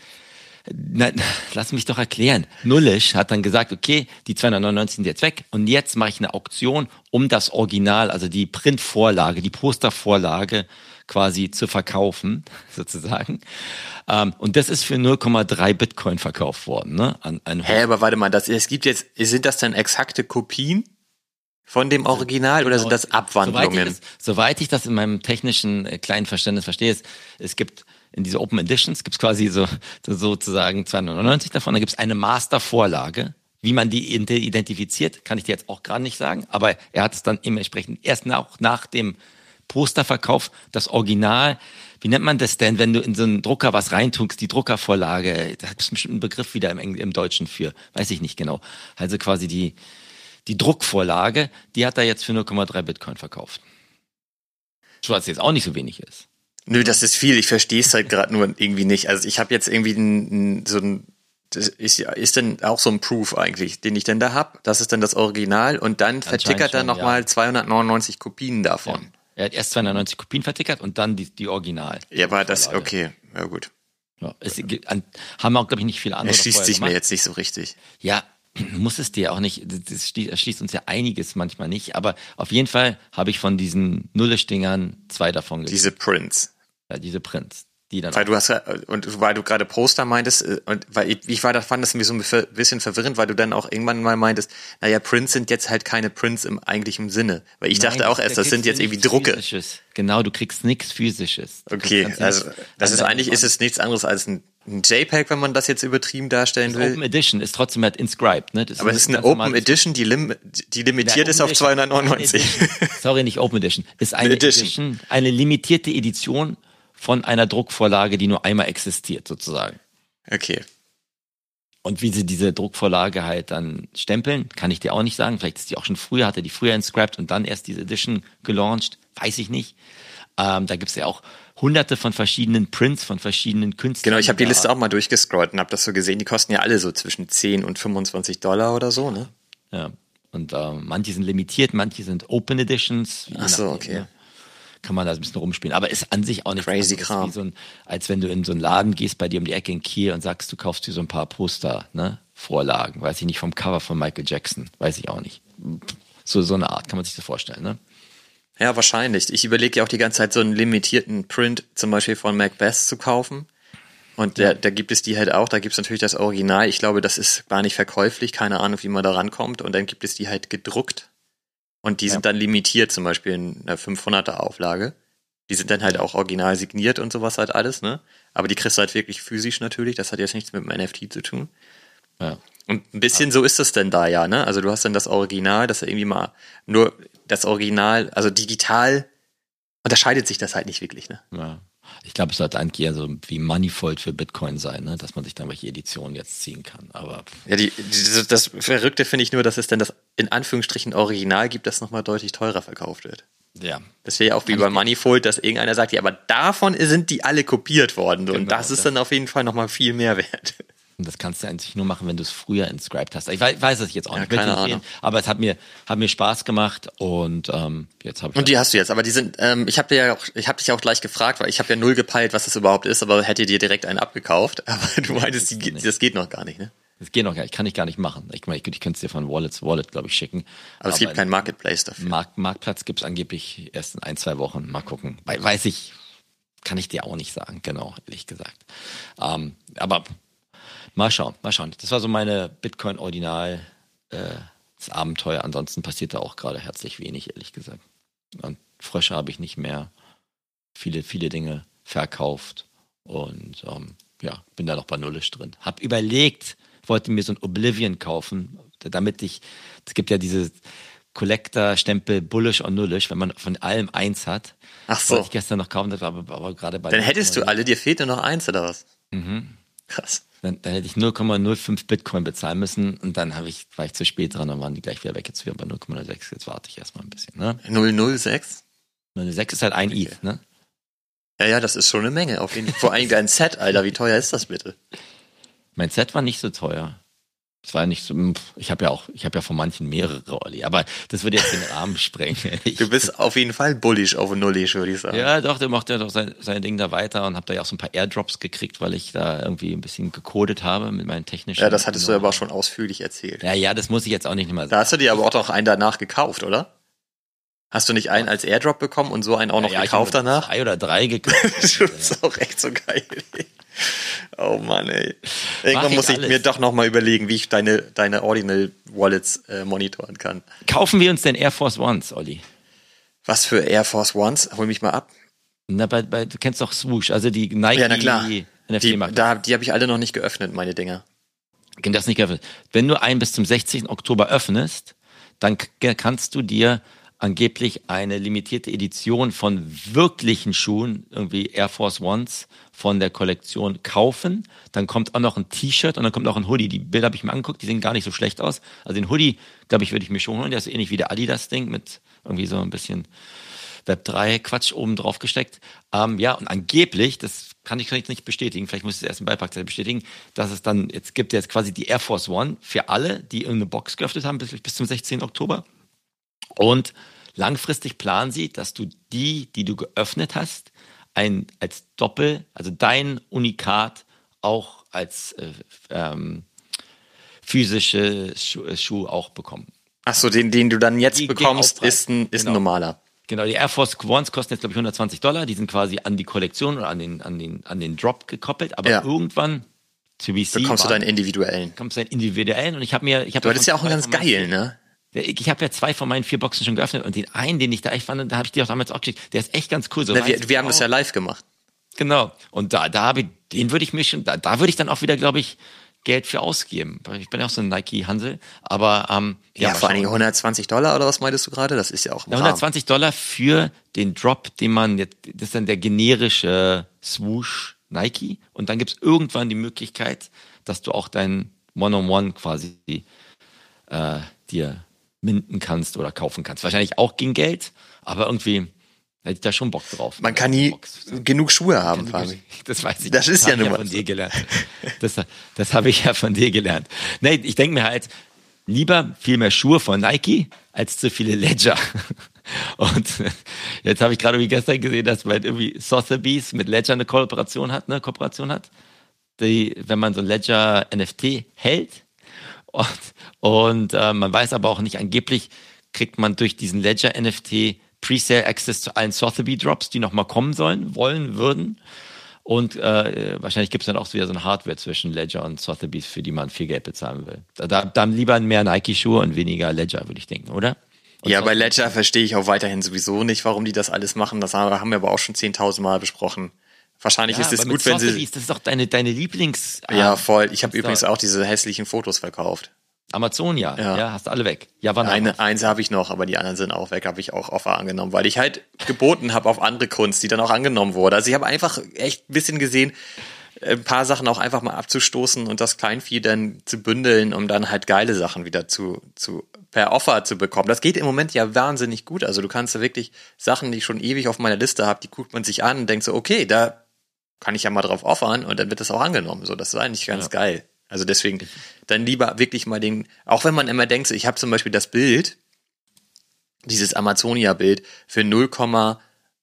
Nein, lass mich doch erklären. Nullish hat dann gesagt, okay, die zweihundertneunundneunzig sind jetzt weg und jetzt mache ich eine Auktion, um das Original, also die Printvorlage, die Postervorlage quasi zu verkaufen, sozusagen. Ähm, und das ist für null Komma drei Bitcoin verkauft worden. Ne? An, an Hä, aber warte mal, das, es gibt jetzt, sind das dann exakte Kopien von dem Original oder sind das Abwandlungen? Soweit ich das, soweit ich das in meinem technischen äh, kleinen Verständnis verstehe, ist, es gibt in diese Open Editions, gibt es quasi so, so sozusagen zweihundertneunundneunzig davon, da gibt es eine Mastervorlage. Wie man die identifiziert, kann ich dir jetzt auch gerade nicht sagen, aber er hat es dann entsprechend erst nach, nach dem Posterverkauf, das Original, wie nennt man das denn, wenn du in so einen Drucker was reintust, die Druckervorlage, da gibt es bestimmt einen Begriff wieder im, im Deutschen für, weiß ich nicht genau. Also quasi die, die Druckvorlage, die hat er jetzt für null Komma drei Bitcoin verkauft. Was jetzt auch nicht so wenig ist. Nö, das ist viel, ich verstehe es halt gerade nur irgendwie nicht. Also ich habe jetzt irgendwie ein, ein, so ein, das ist, ist denn auch so ein Proof eigentlich, den ich denn da habe. Das ist dann das Original und dann vertickert er nochmal ja. zweihundertneunundneunzig Kopien davon. Ja. Er hat erst zweihundertneunzig Kopien vertickert und dann die, die Original. Ja, aber das, okay, ja gut. Ja, es gibt, haben auch, glaube ich, nicht viele andere. Er schließt sich gemacht. mir jetzt nicht so richtig. Ja, muss es dir auch nicht, das schließt, erschließt uns ja einiges manchmal nicht, aber auf jeden Fall habe ich von diesen Nullisch-Dingern zwei davon gekriegt. Diese Prints. Ja, diese Prints. Die dann weil du hast ja, und weil du gerade Poster meintest, und weil ich, ich war da, fand das irgendwie so ein bisschen verwirrend, weil du dann auch irgendwann mal meintest, naja, Prints sind jetzt halt keine Prints im eigentlichen Sinne. Weil ich Nein, dachte auch erst, das sind jetzt irgendwie Drucke. Physisches. Genau, du kriegst nichts Physisches. Okay, also das ist eigentlich, ist es nichts anderes als ein, ein JPEG, wenn man das jetzt übertrieben darstellen will. Open Edition ist trotzdem halt inscribed, ne? Das aber es ist eine Open Edition, die, lim, die limitiert ja, ist auf zweihundertneunundneunzig. Sorry, nicht Open Edition. Ist eine Edition. Edition, eine limitierte Edition von einer Druckvorlage, die nur einmal existiert, sozusagen. Okay. Und wie sie diese Druckvorlage halt dann stempeln, kann ich dir auch nicht sagen. Vielleicht ist die auch schon früher, hatte die früher inscribed und dann erst diese Edition gelauncht. Weiß ich nicht. Ähm, da gibt's ja auch hunderte von verschiedenen Prints von verschiedenen Künstlern. Genau, ich habe die Liste auch mal durchgescrollt und habe das so gesehen. Die kosten ja alle so zwischen zehn und fünfundzwanzig Dollar oder so, ne? Ja. Und äh, manche sind limitiert, manche sind Open Editions. Ach so, okay. Ne? Kann man da ein bisschen rumspielen. Aber ist an sich auch nicht crazy Kram. Wie so ein, als wenn du in so einen Laden gehst bei dir um die Ecke in Kiel und sagst, du kaufst dir so ein paar Poster, ne? Vorlagen, weiß ich nicht, vom Cover von Michael Jackson, weiß ich auch nicht. So, so eine Art, kann man sich das vorstellen, ne? Ja, wahrscheinlich. Ich überlege ja auch die ganze Zeit, so einen limitierten Print zum Beispiel von Macbeth zu kaufen. Und da, da gibt es die halt auch, da gibt es natürlich das Original. Ich glaube, das ist gar nicht verkäuflich, keine Ahnung, wie man da rankommt. Und dann gibt es die halt gedruckt. Und die ja. sind dann limitiert, zum Beispiel in einer fünfhunderter Auflage. Die sind dann halt auch original signiert und sowas halt alles, ne? Aber die kriegst du halt wirklich physisch natürlich. Das hat jetzt nichts mit dem N F T zu tun. Ja. Und ein bisschen ja. so ist das denn da ja, ne? Also du hast dann das Original, das irgendwie mal nur das Original, also digital unterscheidet sich das halt nicht wirklich, ne? Ja. Ich glaube, es sollte eigentlich eher so wie Manifold für Bitcoin sein, ne? Dass man sich dann welche Editionen jetzt ziehen kann. Aber ja, die, die, das Verrückte finde ich nur, dass es dann das in Anführungsstrichen Original gibt, das nochmal deutlich teurer verkauft wird. Ja. Das wäre ja auch wie bei Manifold, dass irgendeiner sagt, ja, aber davon sind die alle kopiert worden. Genau, und das ist dann auf jeden Fall nochmal viel mehr wert. Und das kannst du eigentlich nur machen, wenn du es früher inscribed hast. Ich weiß, weiß es jetzt auch ja, nicht. Keine Ahnung. Aber es hat mir, hat mir Spaß gemacht und ähm, jetzt habe ich. Und die hast du jetzt, aber die sind, ähm, ich habe dir ja auch, ich habe dich ja auch gleich gefragt, weil ich habe ja null gepeilt, was das überhaupt ist, aber hätte dir direkt einen abgekauft. Aber du ja, meintest, die, das geht noch gar nicht, ne? Das geht noch gar nicht, kann ich gar nicht machen. Ich meine, ich, ich könnte es dir von Wallet zu Wallet, glaube ich, schicken. Aber, aber es gibt keinen Marketplace dafür. Markt, Marktplatz gibt es angeblich erst in ein, zwei Wochen. Mal gucken. Weiß ich, kann ich dir auch nicht sagen, genau, ehrlich gesagt. Ähm, aber mal schauen, mal schauen. Das war so meine Bitcoin-Ordinal, äh, das Abenteuer. Ansonsten passiert da auch gerade herzlich wenig, ehrlich gesagt. Und Frösche habe ich nicht mehr. Viele, viele Dinge verkauft. Und ähm, ja, bin da noch bei Nullisch drin. Hab überlegt, wollte mir so ein Oblivion kaufen, damit ich, es gibt ja diese Collector-Stempel Bullish und Nullish, wenn man von allem eins hat. Ach so. Wollte ich gestern noch kaufen, das war aber, aber gerade bei... Dann hättest du alle, dir fehlt nur noch eins oder was? Mhm. Krass. Dann, dann hätte ich null Komma null fünf Bitcoin bezahlen müssen und dann habe ich, war ich zu spät dran, dann waren die gleich wieder weg. Jetzt wieder bei null Komma null sechs, jetzt warte ich erstmal ein bisschen. Ne? null Komma null sechs? null Komma null sechs ist halt ein okay. E T H, ne? Ja, ja, das ist schon eine Menge. Auf jeden Fall. Vor allem dein Set, Alter, wie teuer ist das bitte? Mein Set war nicht so teuer. Es war nicht so, ich habe ja auch, ich habe ja von manchen mehrere, Olli, aber das würde jetzt den Rahmen sprengen. Du bist auf jeden Fall bullish auf Nullisch, würde ich sagen. Ja, doch, der macht ja doch sein, sein Ding da weiter und habe da ja auch so ein paar Airdrops gekriegt, weil ich da irgendwie ein bisschen gecodet habe mit meinen technischen... Ja, das hattest du aber auch schon ausführlich erzählt. Ja, ja, das muss ich jetzt auch nicht mehr sagen. Da hast du dir aber auch noch einen danach gekauft, oder? Hast du nicht einen als Airdrop bekommen und so einen auch noch ja, ja, gekauft ich danach? Drei oder drei gekauft. Das ist auch echt so geil. Oh Mann, ey. Irgendwann ich muss ich alles. mir doch nochmal überlegen, wie ich deine, deine Ordinal Wallets äh, monitoren kann. Kaufen wir uns denn Air Force Ones, Olli? Was für Air Force Ones? Hol mich mal ab. Na, bei, bei, du kennst doch Swoosh, also die Nike. Ja, na klar. Die, die, da, die habe ich alle noch nicht geöffnet, meine Dinger. Das nicht geöffnet. Wenn du einen bis zum sechzehnten Oktober öffnest, dann k- kannst du dir angeblich eine limitierte Edition von wirklichen Schuhen, irgendwie Air Force Ones von der Kollektion kaufen. Dann kommt auch noch ein T-Shirt und dann kommt auch ein Hoodie. Die Bilder habe ich mir angeguckt, die sehen gar nicht so schlecht aus. Also den Hoodie, glaube ich, würde ich mir schon holen. Der ist ähnlich wie der Adidas-Ding mit irgendwie so ein bisschen Web drei Quatsch oben drauf gesteckt. Ähm, ja, und angeblich, das kann ich, kann ich nicht bestätigen, vielleicht muss ich es erst im Beipackzettel bestätigen, dass es dann, jetzt gibt jetzt quasi die Air Force One für alle, die irgendeine Box geöffnet haben bis, bis zum sechzehnten Oktober. Und langfristig planen sie, dass du die, die du geöffnet hast, ein, als Doppel, also dein Unikat auch als äh, ähm, physische Schu- Schuh auch bekommen. Ach so, den, den du dann jetzt Die bekommst, Aufpreis. ist ein, ist Genau. ein normaler. Genau, die Air Force Ones kosten jetzt, glaube ich, hundertzwanzig Dollar. Die sind quasi an die Kollektion oder an den, an den, an den Drop gekoppelt. Aber Ja. irgendwann, to be seen, Bekommst du war- deinen individuellen. bekommst du einen individuellen. Und ich habe mir, ich habe Du hattest ja auch einen ganz geil, ne? Ich, ich habe ja zwei von meinen vier Boxen schon geöffnet und den einen, den ich da echt fand, da habe ich dir auch damals auch geschickt. Der ist echt ganz cool. So Na, weiß wir, ich wir haben auch. das ja live gemacht. Genau. Und da, da habe ich, den würde ich mir schon, da, da würde ich dann auch wieder, glaube ich, Geld für ausgeben. Weil ich bin ja auch so ein Nike-Hansel. Aber ähm, Ja, mal vor allen schauen. Dingen hundertzwanzig Dollar oder was meintest du gerade? Das ist ja auch ein Ja, Rahmen. hundertzwanzig Dollar für den Drop, den man jetzt, das ist dann der generische Swoosh Nike. Und dann gibt's irgendwann die Möglichkeit, dass du auch dein One-on-One quasi äh, dir minden kannst oder kaufen kannst. Wahrscheinlich auch gegen Geld, aber irgendwie hätte ich da schon Bock drauf. Man kann nie Box. genug Schuhe haben, Fabi. Das weiß ich. Das ist ja habe ich nun von mal dir gelernt. Das, das habe ich ja von dir gelernt. Nee, ich denke mir halt, lieber viel mehr Schuhe von Nike als zu viele Ledger. Und jetzt habe ich gerade wie gestern gesehen, dass man irgendwie Sotheby's mit Ledger eine Kooperation hat, ne, Kooperation hat. Die, wenn man so ein Ledger N F T hält und, und äh, man weiß aber auch nicht, angeblich kriegt man durch diesen Ledger N F T Presale Access zu allen Sotheby Drops, die nochmal kommen sollen, wollen, würden. Und äh, wahrscheinlich gibt es dann auch wieder so eine Hardware zwischen Ledger und Sotheby's, für die man viel Geld bezahlen will. Da, da, dann lieber mehr Nike-Schuhe und weniger Ledger, würde ich denken, oder? Und Ja, so- bei Ledger verstehe ich auch weiterhin sowieso nicht, warum die das alles machen. Das haben wir aber auch schon zehntausend Mal besprochen. Wahrscheinlich ja, ist es aber gut, mit wenn sie... Sotheby's, das ist doch deine, deine Lieblings... Ja, äh, voll. Ich habe ist übrigens da- auch diese hässlichen Fotos verkauft. Amazon, ja. Ja. ja. Hast du alle weg. Ja, war Eine, eins habe ich noch, aber die anderen sind auch weg, habe ich auch Offer angenommen, weil ich halt geboten habe auf andere Kunst, die dann auch angenommen wurde. Also ich habe einfach echt ein bisschen gesehen, ein paar Sachen auch einfach mal abzustoßen und das Kleinvieh dann zu bündeln, um dann halt geile Sachen wieder zu, zu per Offer zu bekommen. Das geht im Moment ja wahnsinnig gut. Also du kannst da wirklich Sachen, die ich schon ewig auf meiner Liste habe, die guckt man sich an und denkt so, okay, da kann ich ja mal drauf offern und dann wird das auch angenommen. So, das ist eigentlich ganz Ja. geil. Also deswegen dann lieber wirklich mal den, auch wenn man immer denkt, so, ich habe zum Beispiel das Bild, dieses Amazonia-Bild für null Komma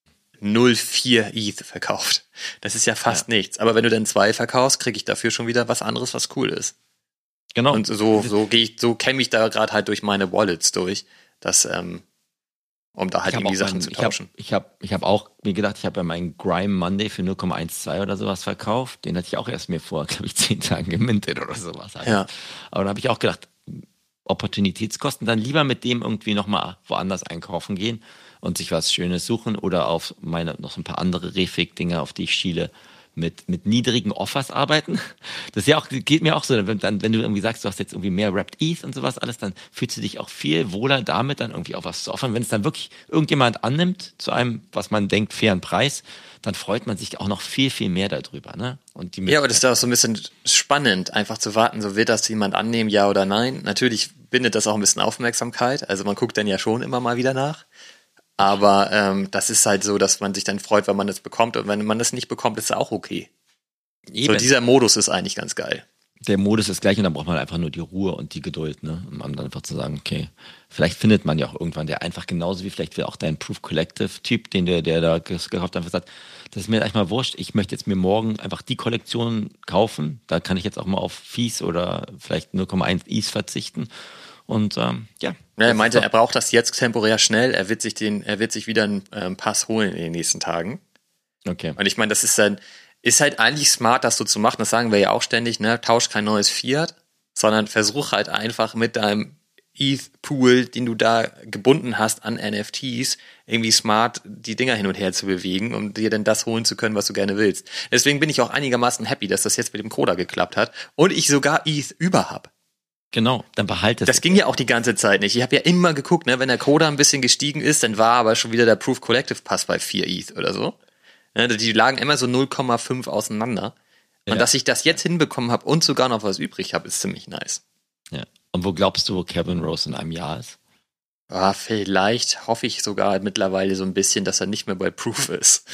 null vier E T H verkauft. Das ist ja fast Ja. nichts. Aber wenn du dann zwei verkaufst, kriege ich dafür schon wieder was anderes, was cool ist. Genau. Und so, so gehe ich, so kämme ich da gerade halt durch meine Wallets durch, dass, ähm, um da halt Ich hab irgendwie auch Sachen meinen- zu ich hab- tauschen. Ich habe ich hab auch mir gedacht, ich habe ja meinen Grime Monday für null Komma zwölf oder sowas verkauft. Den hatte ich auch erst mir vor, glaube ich, zehn Tagen gemintet oder sowas. Ja. Aber da habe ich auch gedacht, Opportunitätskosten, dann lieber mit dem irgendwie nochmal woanders einkaufen gehen und sich was Schönes suchen oder auf meine noch so ein paar andere Refig-Dinge, auf die ich schiele, mit, mit niedrigen Offers arbeiten. Das ist ja auch, geht mir auch so, wenn, dann, wenn du irgendwie sagst, du hast jetzt irgendwie mehr Wrapped E T H und sowas alles, dann fühlst du dich auch viel wohler damit, dann irgendwie auch was zu offern. Wenn es dann wirklich irgendjemand annimmt zu einem, was man denkt, fairen Preis, dann freut man sich auch noch viel, viel mehr darüber. Ne? Und die Ja, aber das ist auch so ein bisschen spannend, einfach zu warten, so wird das jemand annehmen, ja oder nein. Natürlich bindet das auch ein bisschen Aufmerksamkeit, also man guckt dann ja schon immer mal wieder nach. Aber ähm, das ist halt so, dass man sich dann freut, wenn man das bekommt und wenn man das nicht bekommt, ist es auch okay. Eben. So dieser Modus ist eigentlich ganz geil. Der Modus ist gleich und dann braucht man einfach nur die Ruhe und die Geduld, ne? Um dann einfach zu sagen, okay, vielleicht findet man ja auch irgendwann, der einfach genauso wie vielleicht auch dein Proof Collective Typ, den der, der da gekauft hat, einfach sagt, das ist mir eigentlich mal wurscht, ich möchte jetzt mir morgen einfach die Kollektion kaufen, da kann ich jetzt auch mal auf Fees oder vielleicht null Komma eins E T H verzichten und ähm, ja. Ja, er Das meinte, ist er braucht das jetzt temporär schnell, er wird sich den, er wird sich wieder einen ähm, Pass holen in den nächsten Tagen. doch- okay. Und ich meine, das ist dann, ist halt eigentlich smart, das so zu machen, das sagen wir ja auch ständig, ne, tausch kein neues Fiat, sondern versuch halt einfach mit deinem E T H-Pool, den du da gebunden hast an N F Ts, irgendwie smart die Dinger hin und her zu bewegen, um dir dann das holen zu können, was du gerne willst. Deswegen bin ich auch einigermaßen happy, dass das jetzt mit dem Coda geklappt hat und ich sogar E T H über hab. Genau, dann behalte Das es. ging ja auch die ganze Zeit nicht. Ich habe ja immer geguckt, ne, wenn der Coda ein bisschen gestiegen ist, dann war aber schon wieder der Proof Collective Pass bei vier E T H oder so. Ne, die lagen immer so null Komma fünf auseinander. Und Ja. dass ich das jetzt hinbekommen habe und sogar noch was übrig habe, ist ziemlich nice. Ja. Und wo glaubst du, wo Kevin Rose in einem Jahr ist? Ah, vielleicht hoffe ich sogar mittlerweile so ein bisschen, dass er nicht mehr bei Proof ist.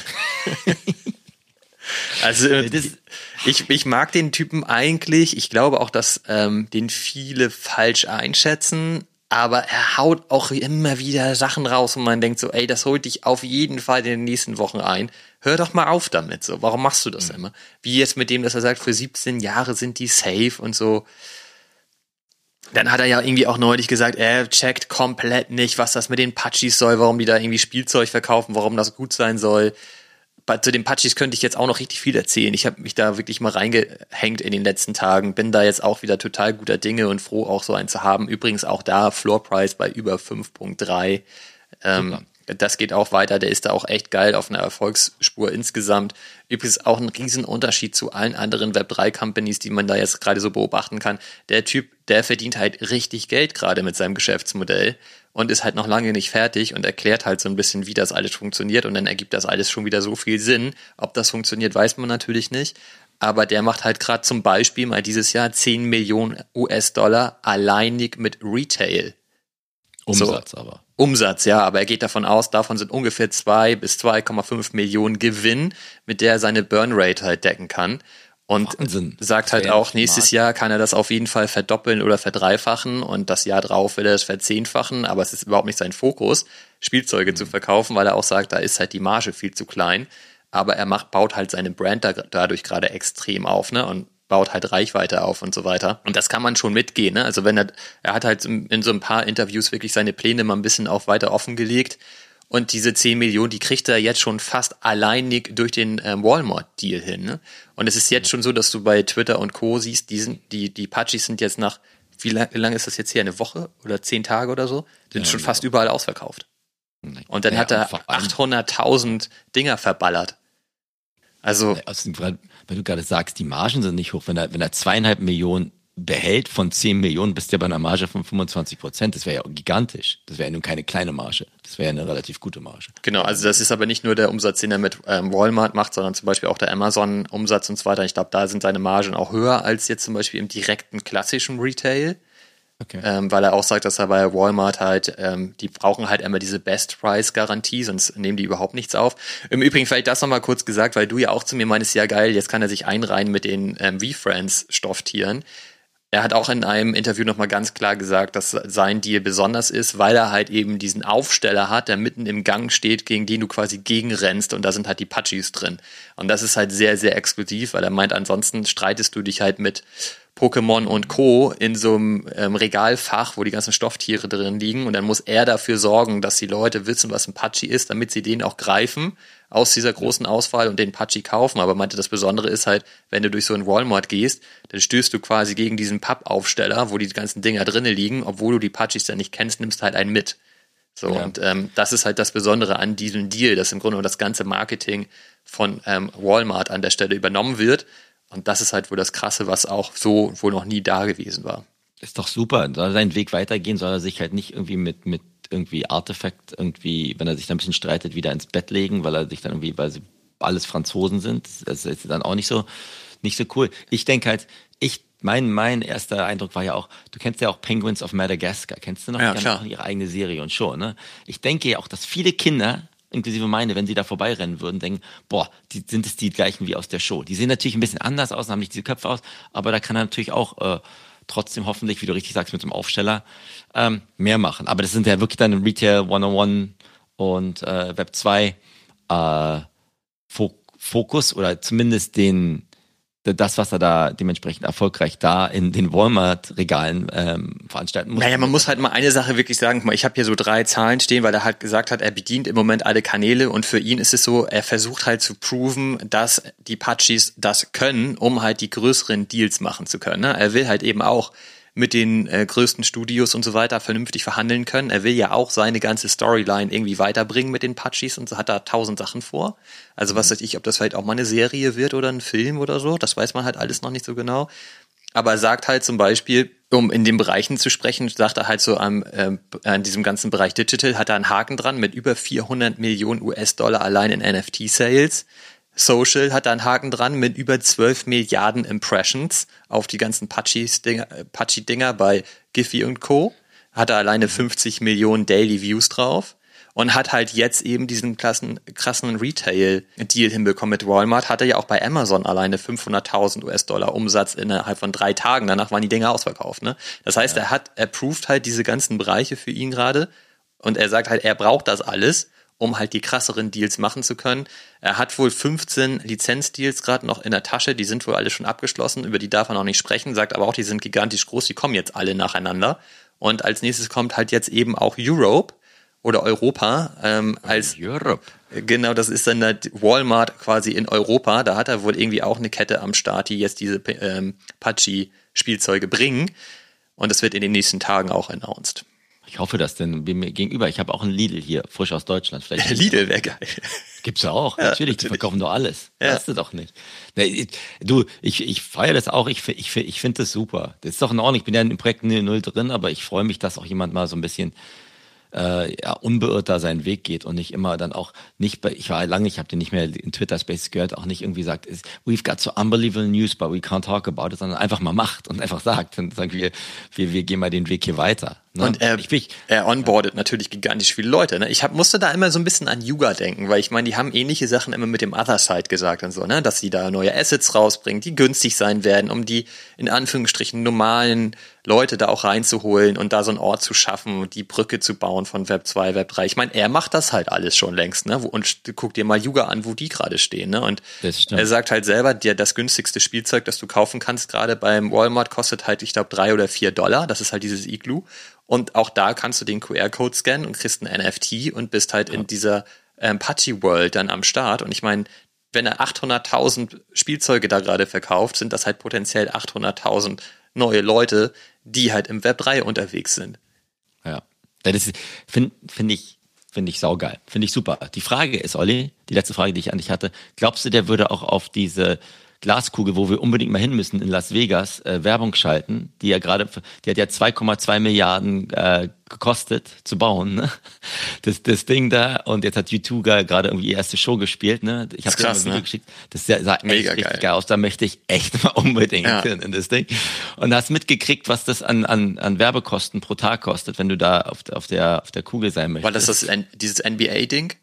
Also äh, Das- ich, ich mag den Typen eigentlich. Ich glaube auch, dass ähm, den viele falsch einschätzen. Aber er haut auch immer wieder Sachen raus und man denkt so, ey, das holt dich auf jeden Fall in den nächsten Wochen ein. Hör doch mal auf damit. So, warum machst du das immer? Wie jetzt mit dem, dass er sagt, für siebzehn Jahre sind die safe und so. Dann hat er ja irgendwie auch neulich gesagt, er checkt komplett nicht, was das mit den Pachis soll, warum die da irgendwie Spielzeug verkaufen, warum das gut sein soll. Zu den Pachis könnte ich jetzt auch noch richtig viel erzählen. Ich habe mich da wirklich mal reingehängt in den letzten Tagen. Bin da jetzt auch wieder total guter Dinge und froh, auch so einen zu haben. Übrigens auch da Floor Price bei über fünf Komma drei. Ähm, das geht auch weiter. Der ist da auch echt geil auf einer Erfolgsspur insgesamt. Übrigens auch ein Riesenunterschied zu allen anderen Web drei Companies, die man da jetzt gerade so beobachten kann. Der Typ, der verdient halt richtig Geld gerade mit seinem Geschäftsmodell und ist halt noch lange nicht fertig und erklärt halt so ein bisschen, wie das alles funktioniert und dann ergibt das alles schon wieder so viel Sinn. Ob das funktioniert, weiß man natürlich nicht. Aber der macht halt gerade zum Beispiel mal dieses Jahr zehn Millionen U S-Dollar alleinig mit Retail. Umsatz so. aber. Umsatz, ja, aber er geht davon aus, davon sind ungefähr zwei bis zwei Komma fünf Millionen Gewinn, mit der er seine Burnrate halt decken kann. Und Wahnsinn. sagt halt auch, nächstes Jahr kann er das auf jeden Fall verdoppeln oder verdreifachen und das Jahr drauf will er das verzehnfachen, aber es ist überhaupt nicht sein Fokus, Spielzeuge mhm. zu verkaufen, weil er auch sagt, da ist halt die Marge viel zu klein. Aber er macht, baut halt seine Brand da, dadurch gerade extrem auf, ne? Und baut halt Reichweite auf und so weiter. Und das kann man schon mitgehen, ne? Also wenn er, er hat halt in so ein paar Interviews wirklich seine Pläne mal ein bisschen auch weiter offengelegt. Und diese zehn Millionen, die kriegt er jetzt schon fast alleinig durch den ähm, Walmart-Deal hin, ne? Und es ist jetzt schon so, dass du bei Twitter und Co. siehst, die sind, die, die Pachis sind jetzt nach, wie lange lang ist das jetzt hier? Eine Woche oder zehn Tage oder so? Sind ja, schon ja. fast überall ausverkauft. Und dann ja, hat er achthunderttausend Dinger verballert. Also, weil du gerade sagst, die Margen sind nicht hoch. Wenn er, wenn er zweieinhalb Millionen behält von zehn Millionen, bist du ja bei einer Marge von fünfundzwanzig Prozent. Das wäre ja gigantisch. Das wäre ja nun keine kleine Marge. Das wäre ja eine relativ gute Marge. Genau, also das ist aber nicht nur der Umsatz, den er mit ähm, Walmart macht, sondern zum Beispiel auch der Amazon-Umsatz und so weiter. Ich glaube, da sind seine Margen auch höher als jetzt zum Beispiel im direkten klassischen Retail. Okay. Ähm, weil er auch sagt, dass er bei Walmart halt, ähm, die brauchen halt immer diese Best-Price-Garantie, sonst nehmen die überhaupt nichts auf. Im Übrigen vielleicht das nochmal kurz gesagt, weil du ja auch zu mir meinst, ja geil, jetzt kann er sich einreihen mit den ähm, V-Friends-Stofftieren. Er hat auch in einem Interview nochmal ganz klar gesagt, dass sein Deal besonders ist, weil er halt eben diesen Aufsteller hat, der mitten im Gang steht, gegen den du quasi gegenrennst und da sind halt die Pachis drin. Und das ist halt sehr, sehr exklusiv, weil er meint, ansonsten streitest du dich halt mit Pokémon und Co. in so einem ähm, Regalfach, wo die ganzen Stofftiere drin liegen und dann muss er dafür sorgen, dass die Leute wissen, was ein Pachi ist, damit sie den auch greifen aus dieser großen Auswahl und den Pachi kaufen. Aber meinte, das Besondere ist halt, wenn du durch so ein Walmart gehst, dann stößt du quasi gegen diesen Pappaufsteller, wo die ganzen Dinger drinnen liegen, obwohl du die Pachis dann nicht kennst, nimmst halt einen mit. So, ja. Und ähm, das ist halt das Besondere an diesem Deal, dass im Grunde das ganze Marketing von ähm, Walmart an der Stelle übernommen wird. Und das ist halt wohl das Krasse, was auch so wohl noch nie da gewesen war. Ist doch super. Soll er seinen Weg weitergehen, soll er sich halt nicht irgendwie mit, mit irgendwie Artefakt irgendwie, wenn er sich da ein bisschen streitet, wieder ins Bett legen, weil er sich dann irgendwie, weil sie alles Franzosen sind. Das ist dann auch nicht so, nicht so cool. Ich denke halt, ich, mein, mein erster Eindruck war ja auch, du kennst ja auch Penguins of Madagascar. Kennst du noch? Ja, die klar. haben auch ihre eigene Serie und Show, ne? Ich denke ja auch, dass viele Kinder, inklusive meine, wenn sie da vorbeirennen würden, denken, boah, die, sind es die gleichen wie aus der Show. Die sehen natürlich ein bisschen anders aus, haben nicht diese Köpfe aus, aber da kann er natürlich auch äh, trotzdem hoffentlich, wie du richtig sagst, mit dem Aufsteller ähm, mehr machen. Aber das sind ja wirklich dann Retail hunderteins und äh, Web zwei äh, Fokus oder zumindest den das, was er da dementsprechend erfolgreich da in den Walmart-Regalen ähm, veranstalten muss. Naja, man muss halt mal eine Sache wirklich sagen. Guck mal, ich habe hier so drei Zahlen stehen, weil er halt gesagt hat, er bedient im Moment alle Kanäle und für ihn ist es so, er versucht halt zu proven, dass die Pachis das können, um halt die größeren Deals machen zu können. Ne? Er will halt eben auch mit den äh, größten Studios und so weiter vernünftig verhandeln können. Er will ja auch seine ganze Storyline irgendwie weiterbringen mit den Pachis und so hat da tausend Sachen vor. Also was weiß ich, ob das vielleicht auch mal eine Serie wird oder ein Film oder so, das weiß man halt alles noch nicht so genau. Aber er sagt halt zum Beispiel, um in den Bereichen zu sprechen, sagt er halt so am, äh, an diesem ganzen Bereich Digital, hat er einen Haken dran mit über vierhundert Millionen U S-Dollar allein in N F T-Sales. Social hat da einen Haken dran mit über zwölf Milliarden Impressions auf die ganzen Pachi-Dinger Pachi-Dinger bei Giphy und Co. Hat er alleine fünfzig Millionen Daily Views drauf und hat halt jetzt eben diesen krassen, krassen Retail-Deal hinbekommen mit Walmart. Hatte ja auch bei Amazon alleine fünfhunderttausend U S-Dollar Umsatz innerhalb von drei Tagen. Danach waren die Dinger ausverkauft. Ne? Das heißt, ja. er hat approved halt diese ganzen Bereiche für ihn gerade und er sagt halt, er braucht das alles, um halt die krasseren Deals machen zu können. Er hat wohl fünfzehn Lizenzdeals gerade noch in der Tasche, die sind wohl alle schon abgeschlossen, über die darf er noch nicht sprechen, sagt aber auch, die sind gigantisch groß, die kommen jetzt alle nacheinander. Und als nächstes kommt halt jetzt eben auch Europe oder Europa ähm, als Europe. Genau, das ist dann halt Walmart quasi in Europa. Da hat er wohl irgendwie auch eine Kette am Start, die jetzt diese ähm, Patsy-Spielzeuge bringen. Und das wird in den nächsten Tagen auch announced. Ich hoffe das denn mir gegenüber. Ich habe auch einen Lidl hier, frisch aus Deutschland. Vielleicht Lidl wäre geil. Gibt's ja auch, ja, natürlich, natürlich. Die verkaufen doch alles. Ja. Weißt du doch nicht. Nee, du, ich, ich feiere das auch, ich, ich, ich finde das super. Das ist doch in Ordnung, ich bin ja in dem Projekt null drin, aber ich freue mich, dass auch jemand mal so ein bisschen äh, ja, unbeirrter seinen Weg geht und nicht immer dann auch nicht bei, ich war lange, ich habe den nicht mehr in Twitter Spaces gehört, auch nicht irgendwie sagt, ist, we've got so unbelievable news, but we can't talk about it, sondern einfach mal macht und einfach sagt und sagen wir, wir, wir gehen mal den Weg hier weiter. Ne? Und er, ich bin, er onboardet ja. natürlich gigantisch viele Leute. Ne? Ich hab, musste da immer so ein bisschen an Yuga denken, weil ich meine, die haben ähnliche Sachen immer mit dem Other Side gesagt und so, ne, dass sie da neue Assets rausbringen, die günstig sein werden, um die in Anführungsstrichen normalen Leute da auch reinzuholen und da so einen Ort zu schaffen und die Brücke zu bauen von Web zwei, Web drei. Ich meine, er macht das halt alles schon längst, ne? Und guck dir mal Yuga an, wo die gerade stehen, ne? Und er sagt halt selber, dir das günstigste Spielzeug, das du kaufen kannst, gerade beim Walmart, kostet halt, ich glaube, drei oder vier Dollar. Das ist halt dieses Igloo. Und auch da kannst du den Q R-Code scannen und kriegst ein N F T und bist halt ja. in dieser ähm, Patsy-World dann am Start. Und ich meine, wenn er achthunderttausend Spielzeuge da gerade verkauft, sind das halt potenziell achthunderttausend neue Leute, die halt im Web drei unterwegs sind. Ja, das finde find ich, find ich saugeil. Finde ich super. Die Frage ist, Olli, die letzte Frage, die ich an dich hatte, glaubst du, der würde auch auf diese Glaskugel, wo wir unbedingt mal hin müssen, in Las Vegas, äh, Werbung schalten, die ja gerade, die hat ja zwei Komma zwei Milliarden äh, gekostet zu bauen, ne? Das, das Ding da, und jetzt hat U zwei gerade irgendwie die erste Show gespielt, ne? Ich habe dir mal ein Video ne? geschickt. Das sah, sah Mega echt richtig geil. geil aus, da möchte ich echt mal unbedingt ja. in, in das Ding. Und hast mitgekriegt, was das an, an, an Werbekosten pro Tag kostet, wenn du da auf, auf der, auf der Kugel sein möchtest. War das, das dieses N B A-Ding?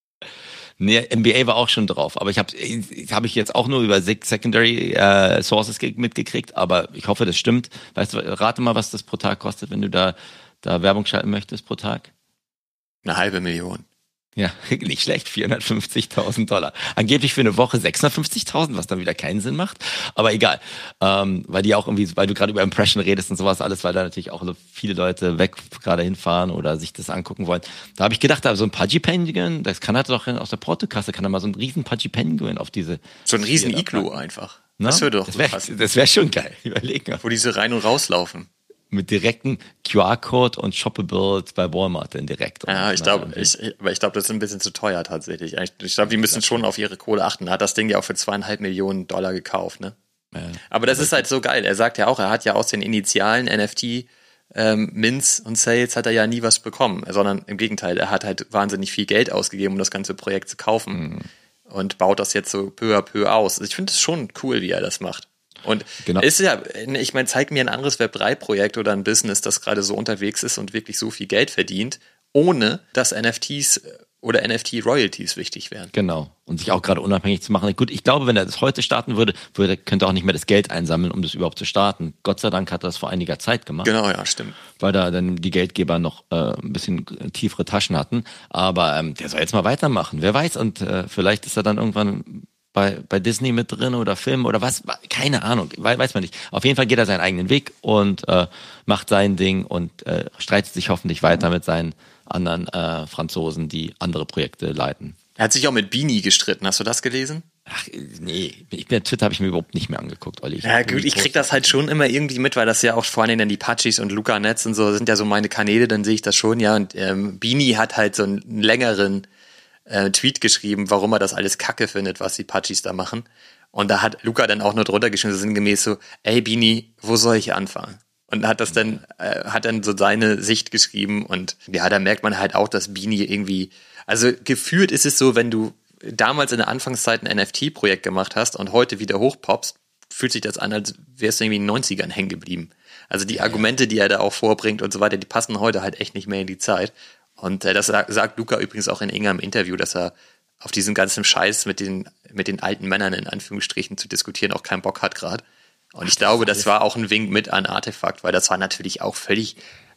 Nee, N B A war auch schon drauf, aber ich habe hab ich jetzt auch nur über Secondary äh, Sources mitgekriegt, aber ich hoffe, das stimmt. Weißt du, rate mal, was das pro Tag kostet, wenn du da, da Werbung schalten möchtest pro Tag? Eine halbe Million. Ja, nicht schlecht, vierhundertfünfzigtausend Dollar. Angeblich für eine Woche sechshundertfünfzigtausend, was dann wieder keinen Sinn macht. Aber egal, ähm, weil die auch irgendwie, weil du gerade über Impression redest und sowas alles, weil da natürlich auch viele Leute weg gerade hinfahren oder sich das angucken wollen. Da habe ich gedacht, so ein Pudgy Penguin, das kann er doch aus der Portokasse, kann er mal so einen riesen Pudgy Penguin auf diese... So ein riesen Iglu einfach. Na? Das würde doch das so wär, passen. Das wäre schon geil, überleg mal. Wo diese rein und rauslaufen. Mit direkten Q R-Code und Shoppables bei Walmart dann direkt. Ja, ich glaube, ich, aber ich glaube, das ist ein bisschen zu teuer tatsächlich. Ich glaube, die müssen schon auf ihre Kohle achten. Er hat das Ding ja auch für zweieinhalb Millionen Dollar gekauft, ne? Ja, aber das aber ist halt so geil. Er sagt ja auch, er hat ja aus den initialen N F T ähm, Mints und Sales hat er ja nie was bekommen, sondern im Gegenteil, er hat halt wahnsinnig viel Geld ausgegeben, um das ganze Projekt zu kaufen mhm. und baut das jetzt so peu à peu aus. Ich finde es schon cool, wie er das macht. Und genau. ist ja, ich meine, zeig mir ein anderes Web drei Projekt oder ein Business, das gerade so unterwegs ist und wirklich so viel Geld verdient, ohne dass N F Ts oder N F T-Royalties wichtig wären. Genau. Und sich auch gerade unabhängig zu machen. Gut, ich glaube, wenn er das heute starten würde, würde könnte er auch nicht mehr das Geld einsammeln, um das überhaupt zu starten. Gott sei Dank hat er das vor einiger Zeit gemacht. Genau, ja, stimmt. Weil da dann die Geldgeber noch äh, ein bisschen tiefere Taschen hatten. Aber ähm, der soll jetzt mal weitermachen. Wer weiß. Und äh, vielleicht ist er dann irgendwann bei bei Disney mit drin oder Film oder was, keine Ahnung, weiß man nicht. Auf jeden Fall geht er seinen eigenen Weg und äh, macht sein Ding und äh, streitet sich hoffentlich weiter mit seinen anderen äh, Franzosen, die andere Projekte leiten. Er hat sich auch mit Beanie gestritten, hast du das gelesen? Ach, nee, ich bin, Twitter habe ich mir überhaupt nicht mehr angeguckt, Olli. Ja gut, ich krieg das halt schon immer irgendwie mit, weil das ja auch vor allem dann die Pachis und Luca Netz und so sind ja so meine Kanäle, dann sehe ich das schon, ja. Und ähm, Beanie hat halt so einen längeren äh, Tweet geschrieben, warum er das alles kacke findet, was die Pachis da machen. Und da hat Luca dann auch nur drunter geschrieben, so sinngemäß so, ey Beanie, wo soll ich anfangen? Und hat das dann, äh, hat dann so seine Sicht geschrieben und ja, da merkt man halt auch, dass Beanie irgendwie, also gefühlt ist es so, wenn du damals in der Anfangszeit ein N F T-Projekt gemacht hast und heute wieder hochpoppst, fühlt sich das an, als wärst du irgendwie in den neunzigern hängen geblieben. Also die Argumente, die er da auch vorbringt und so weiter, die passen heute halt echt nicht mehr in die Zeit. Und äh, das sagt Luca übrigens auch in irgendeinem Interview, dass er auf diesen ganzen Scheiß mit den, mit den alten Männern in Anführungsstrichen zu diskutieren auch keinen Bock hat gerade. Und ich glaube, das war auch ein Wink mit an Artefakt, weil das war natürlich auch völlig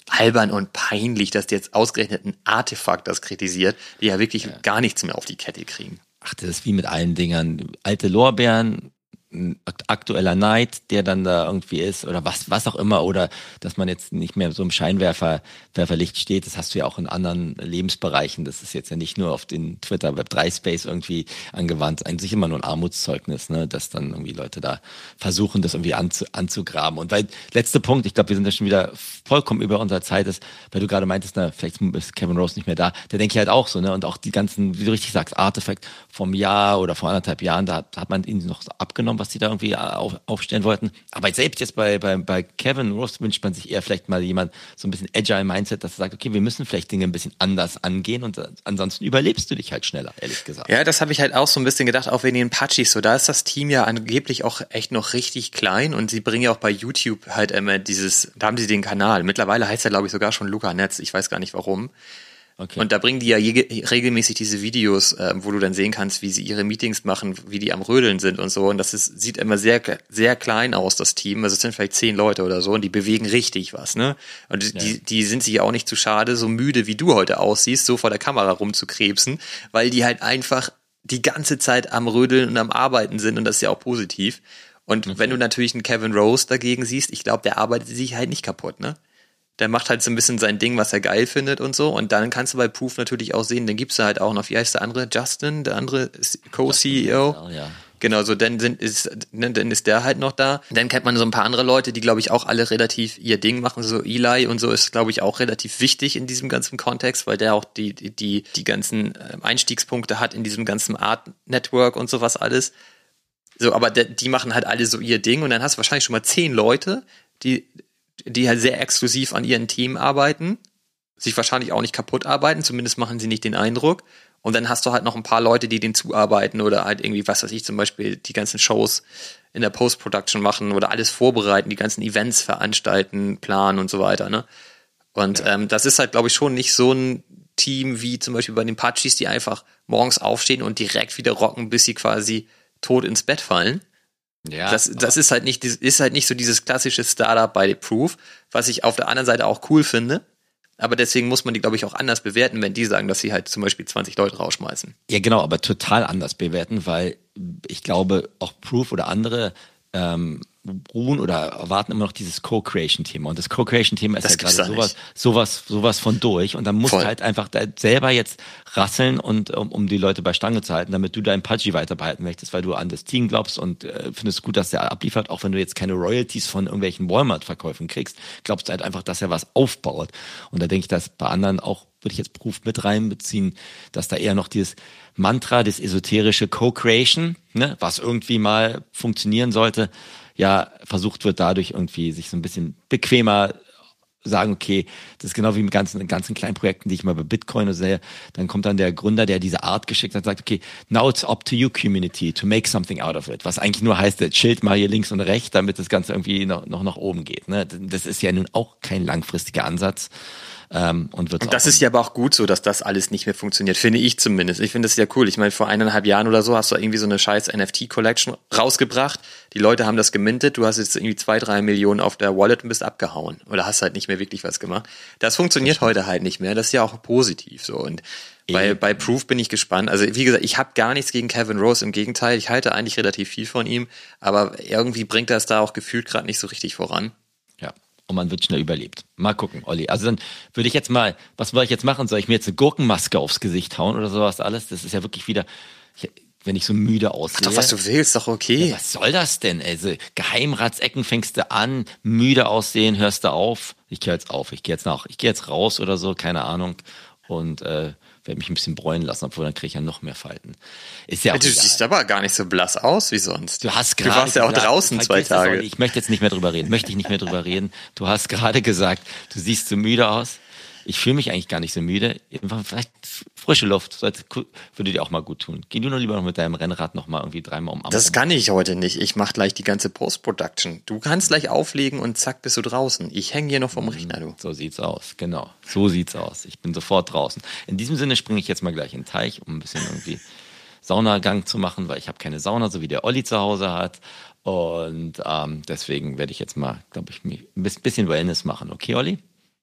albern und peinlich, dass jetzt ausgerechnet ein Artefakt das kritisiert, die ja wirklich ja. gar nichts mehr auf die Kette kriegen. Ach, das ist wie mit allen Dingern. Alte Lorbeeren, ein aktueller Neid, der dann da irgendwie ist oder was was auch immer, oder dass man jetzt nicht mehr so im Scheinwerferlicht steht, das hast du ja auch in anderen Lebensbereichen, das ist jetzt ja nicht nur auf den Twitter Web drei Space irgendwie angewandt, eigentlich immer nur ein Armutszeugnis, ne, dass dann irgendwie Leute da versuchen, das irgendwie anzu, anzugraben. Und weil, letzter Punkt, ich glaube, wir sind ja schon wieder vollkommen über unserer Zeit, ist, weil du gerade meintest, na, vielleicht ist Kevin Rose nicht mehr da, da denke ich halt auch so, ne, und auch die ganzen, wie du richtig sagst, Artefakt vom Jahr oder vor anderthalb Jahren, da hat, hat man ihnen noch abgenommen, was die da irgendwie auf, aufstellen wollten. Aber selbst jetzt bei, bei, bei Kevin Rose wünscht man sich eher vielleicht mal jemand, so ein bisschen agile Mindset, dass er sagt, okay, wir müssen vielleicht Dinge ein bisschen anders angehen und ansonsten überlebst du dich halt schneller, ehrlich gesagt. Ja, das habe ich halt auch so ein bisschen gedacht, auch wegen den Pachis. So, da ist das Team ja angeblich auch echt noch richtig klein und sie bringen ja auch bei YouTube halt immer dieses, da haben sie den Kanal. Mittlerweile heißt er, glaube ich, sogar schon Luca Netz. Ich weiß gar nicht warum. Okay. Und da bringen die ja je, regelmäßig diese Videos, äh, wo du dann sehen kannst, wie sie ihre Meetings machen, wie die am Rödeln sind und so. Und das ist, sieht immer sehr, sehr klein aus, das Team. Also es sind vielleicht zehn Leute oder so und die bewegen richtig was, ne? Und ja. die, die sind sich auch nicht zu schade, so müde wie du heute aussiehst, so vor der Kamera rumzukrebsen, weil die halt einfach die ganze Zeit am Rödeln und am Arbeiten sind und das ist ja auch positiv. Und okay. wenn du natürlich einen Kevin Rose dagegen siehst, ich glaube, der arbeitet sich halt nicht kaputt, ne? Der macht halt so ein bisschen sein Ding, was er geil findet und so. Und dann kannst du bei Proof natürlich auch sehen, dann gibt's da halt auch noch, wie heißt der andere? Justin, der andere Co-C E O. Ja. Genau, so dann sind, ist, dann ist der halt noch da. Dann kennt man so ein paar andere Leute, die, glaube ich, auch alle relativ ihr Ding machen. So Eli und so ist, glaube ich, auch relativ wichtig in diesem ganzen Kontext, weil der auch die, die, die ganzen Einstiegspunkte hat in diesem ganzen Art-Network und sowas alles. So, aber der, die machen halt alle so ihr Ding. Und dann hast du wahrscheinlich schon mal zehn Leute, die die halt sehr exklusiv an ihren Themen arbeiten, sich wahrscheinlich auch nicht kaputt arbeiten, zumindest machen sie nicht den Eindruck. Und dann hast du halt noch ein paar Leute, die denen zuarbeiten oder halt irgendwie, was weiß ich, zum Beispiel die ganzen Shows in der Post-Production machen oder alles vorbereiten, die ganzen Events veranstalten, planen und so weiter, ne? Und ja. ähm, das ist halt, glaube ich, schon nicht so ein Team wie zum Beispiel bei den Pachis, die einfach morgens aufstehen und direkt wieder rocken, bis sie quasi tot ins Bett fallen. Ja, das, das ist halt nicht, ist halt nicht so dieses klassische Startup bei Proof, was ich auf der anderen Seite auch cool finde. Aber deswegen muss man die, glaube ich, auch anders bewerten, wenn die sagen, dass sie halt zum Beispiel zwanzig Leute rausschmeißen. Ja, genau, aber total anders bewerten, weil ich glaube, auch Proof oder andere ähm, ruhen oder erwarten immer noch dieses Co-Creation-Thema. Und das Co-Creation-Thema ist das ja gerade sowas, sowas, sowas von durch. Und dann musst Voll. du halt einfach da selber jetzt rasseln und um, um die Leute bei Stange zu halten, damit du deinen Pudgy weiter behalten möchtest, weil du an das Team glaubst und äh, findest gut, dass der abliefert, auch wenn du jetzt keine Royalties von irgendwelchen Walmart-Verkäufen kriegst, glaubst du halt einfach, dass er was aufbaut. Und da denke ich, dass bei anderen auch, würde ich jetzt Proof mit reinbeziehen, dass da eher noch dieses Mantra, das esoterische Co-Creation, ne, was irgendwie mal funktionieren sollte, ja, versucht wird dadurch irgendwie sich so ein bisschen bequemer sagen, okay, das ist genau wie mit ganzen, ganzen kleinen Projekten, die ich mal bei Bitcoin sehe, dann kommt dann der Gründer, der diese Art geschickt hat, und sagt, okay, now it's up to you, Community, to make something out of it, was eigentlich nur heißt, der Schild mal hier links und rechts, damit das Ganze irgendwie noch, noch nach oben geht, ne? Das ist ja nun auch kein langfristiger Ansatz. Ähm, und und das ist ja aber auch gut so, dass das alles nicht mehr funktioniert, finde ich zumindest. Ich finde das ja cool. Ich meine, vor eineinhalb Jahren oder so hast du irgendwie so eine scheiß N F T-Collection rausgebracht. Die Leute haben das gemintet. Du hast jetzt irgendwie zwei, drei Millionen auf der Wallet und bist abgehauen. Oder hast halt nicht mehr wirklich was gemacht. Das funktioniert das heute halt nicht mehr. Das ist ja auch positiv so. Und bei, bei Proof bin ich gespannt. Also wie gesagt, ich habe gar nichts gegen Kevin Rose. Im Gegenteil, ich halte eigentlich relativ viel von ihm. Aber irgendwie bringt das da auch gefühlt gerade nicht so richtig voran. Ja. Und man wird schnell überlebt. Mal gucken, Olli. Also dann würde ich jetzt mal, was soll ich jetzt machen? Soll ich mir jetzt eine Gurkenmaske aufs Gesicht hauen oder sowas alles? Das ist ja wirklich wieder, ich, wenn ich so müde aussehe. Mach doch, was du willst, doch okay. Ja, was soll das denn? Also Geheimratsecken fängst du an, müde aussehen, hörst du auf. Ich gehe jetzt auf, ich gehe jetzt nach, ich gehe jetzt raus oder so, keine Ahnung. Und äh, werde mich ein bisschen bräunen lassen, obwohl dann kriege ich ja noch mehr Falten. Ist ja auch du egal. Siehst aber gar nicht so blass aus wie sonst. Du hast gerade Du warst ja auch gesagt, draußen zwei Tage. Ich möchte jetzt nicht mehr drüber reden. Möchte ich nicht mehr drüber reden. Du hast gerade gesagt, du siehst so müde aus. Ich fühle mich eigentlich gar nicht so müde. Vielleicht frische Luft würde dir auch mal gut tun. Geh du nur lieber noch mit deinem Rennrad noch mal irgendwie dreimal um. Das kann ich heute nicht. Ich mache gleich die ganze Post-Production. Du kannst gleich auflegen und zack bist du draußen. Ich hänge hier noch vom Rechner, du. So sieht's aus, genau. So sieht's aus. Ich bin sofort draußen. In diesem Sinne springe ich jetzt mal gleich in den Teich, um ein bisschen irgendwie Saunagang zu machen, weil ich habe keine Sauna, so wie der Olli zu Hause hat. Und ähm, deswegen werde ich jetzt mal, glaube ich, ein bisschen Wellness machen. Okay, Olli?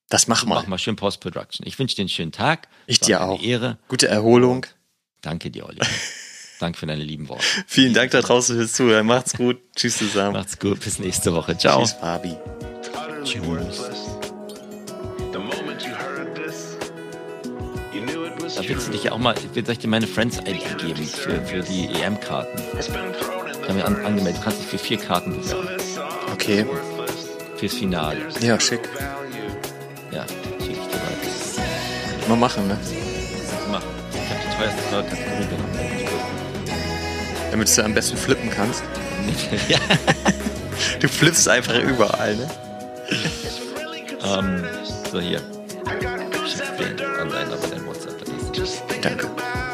Das mach mal. Mach mal schön Post-Production. Ich wünsche dir einen schönen Tag. Ich War dir mir eine auch. Ehre. Gute Erholung. Danke dir, Olli. Danke für deine lieben Worte. Vielen Dank da draußen fürs Zuhören. Macht's gut. Tschüss zusammen. Macht's gut. Bis nächste Woche. Ciao. Tschüss, Fabi. Tschüss. Da willst du dich ja auch mal, soll ich dir meine Friends-I D geben für, für die E M-Karten? Ich habe mich an, angemeldet, du kannst dich für vier Karten bewerben. Okay. Fürs Finale. Ja, schick. Ja, schicke ich dir weiter. Mal machen, ne? Mach. Ich habe die teuerste Kategorie genommen. Damit du am besten flippen kannst. Ja. Du flippst einfach überall, ne? ähm, so, hier. Schick den an deinen, aber dein WhatsApp. Danke.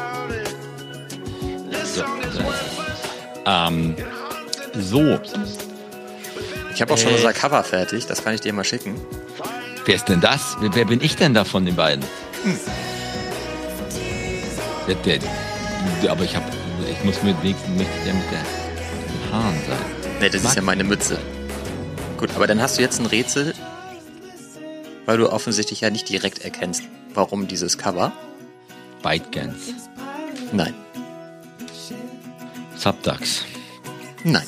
So, ähm, so. Ich habe auch schon Äh. unser Cover fertig, das kann ich dir mal schicken. Wer ist denn das? Wer, wer bin ich denn da von den beiden? Hm. Der, der, der, aber ich habe, ich muss mit wenigstens möchte der mit der mit den Haaren sein. Ne, das Mag ist ja meine Mütze. Gut, aber dann hast du jetzt ein Rätsel, weil du offensichtlich ja nicht direkt erkennst, warum dieses Cover. ByteDance. Nein. Subducks. Nein.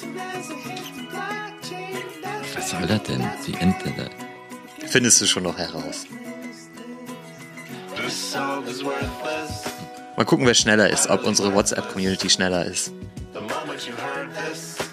Was soll das denn? Die Ente da. Findest du schon noch heraus. Mal gucken, wer schneller ist, ob unsere WhatsApp-Community schneller ist.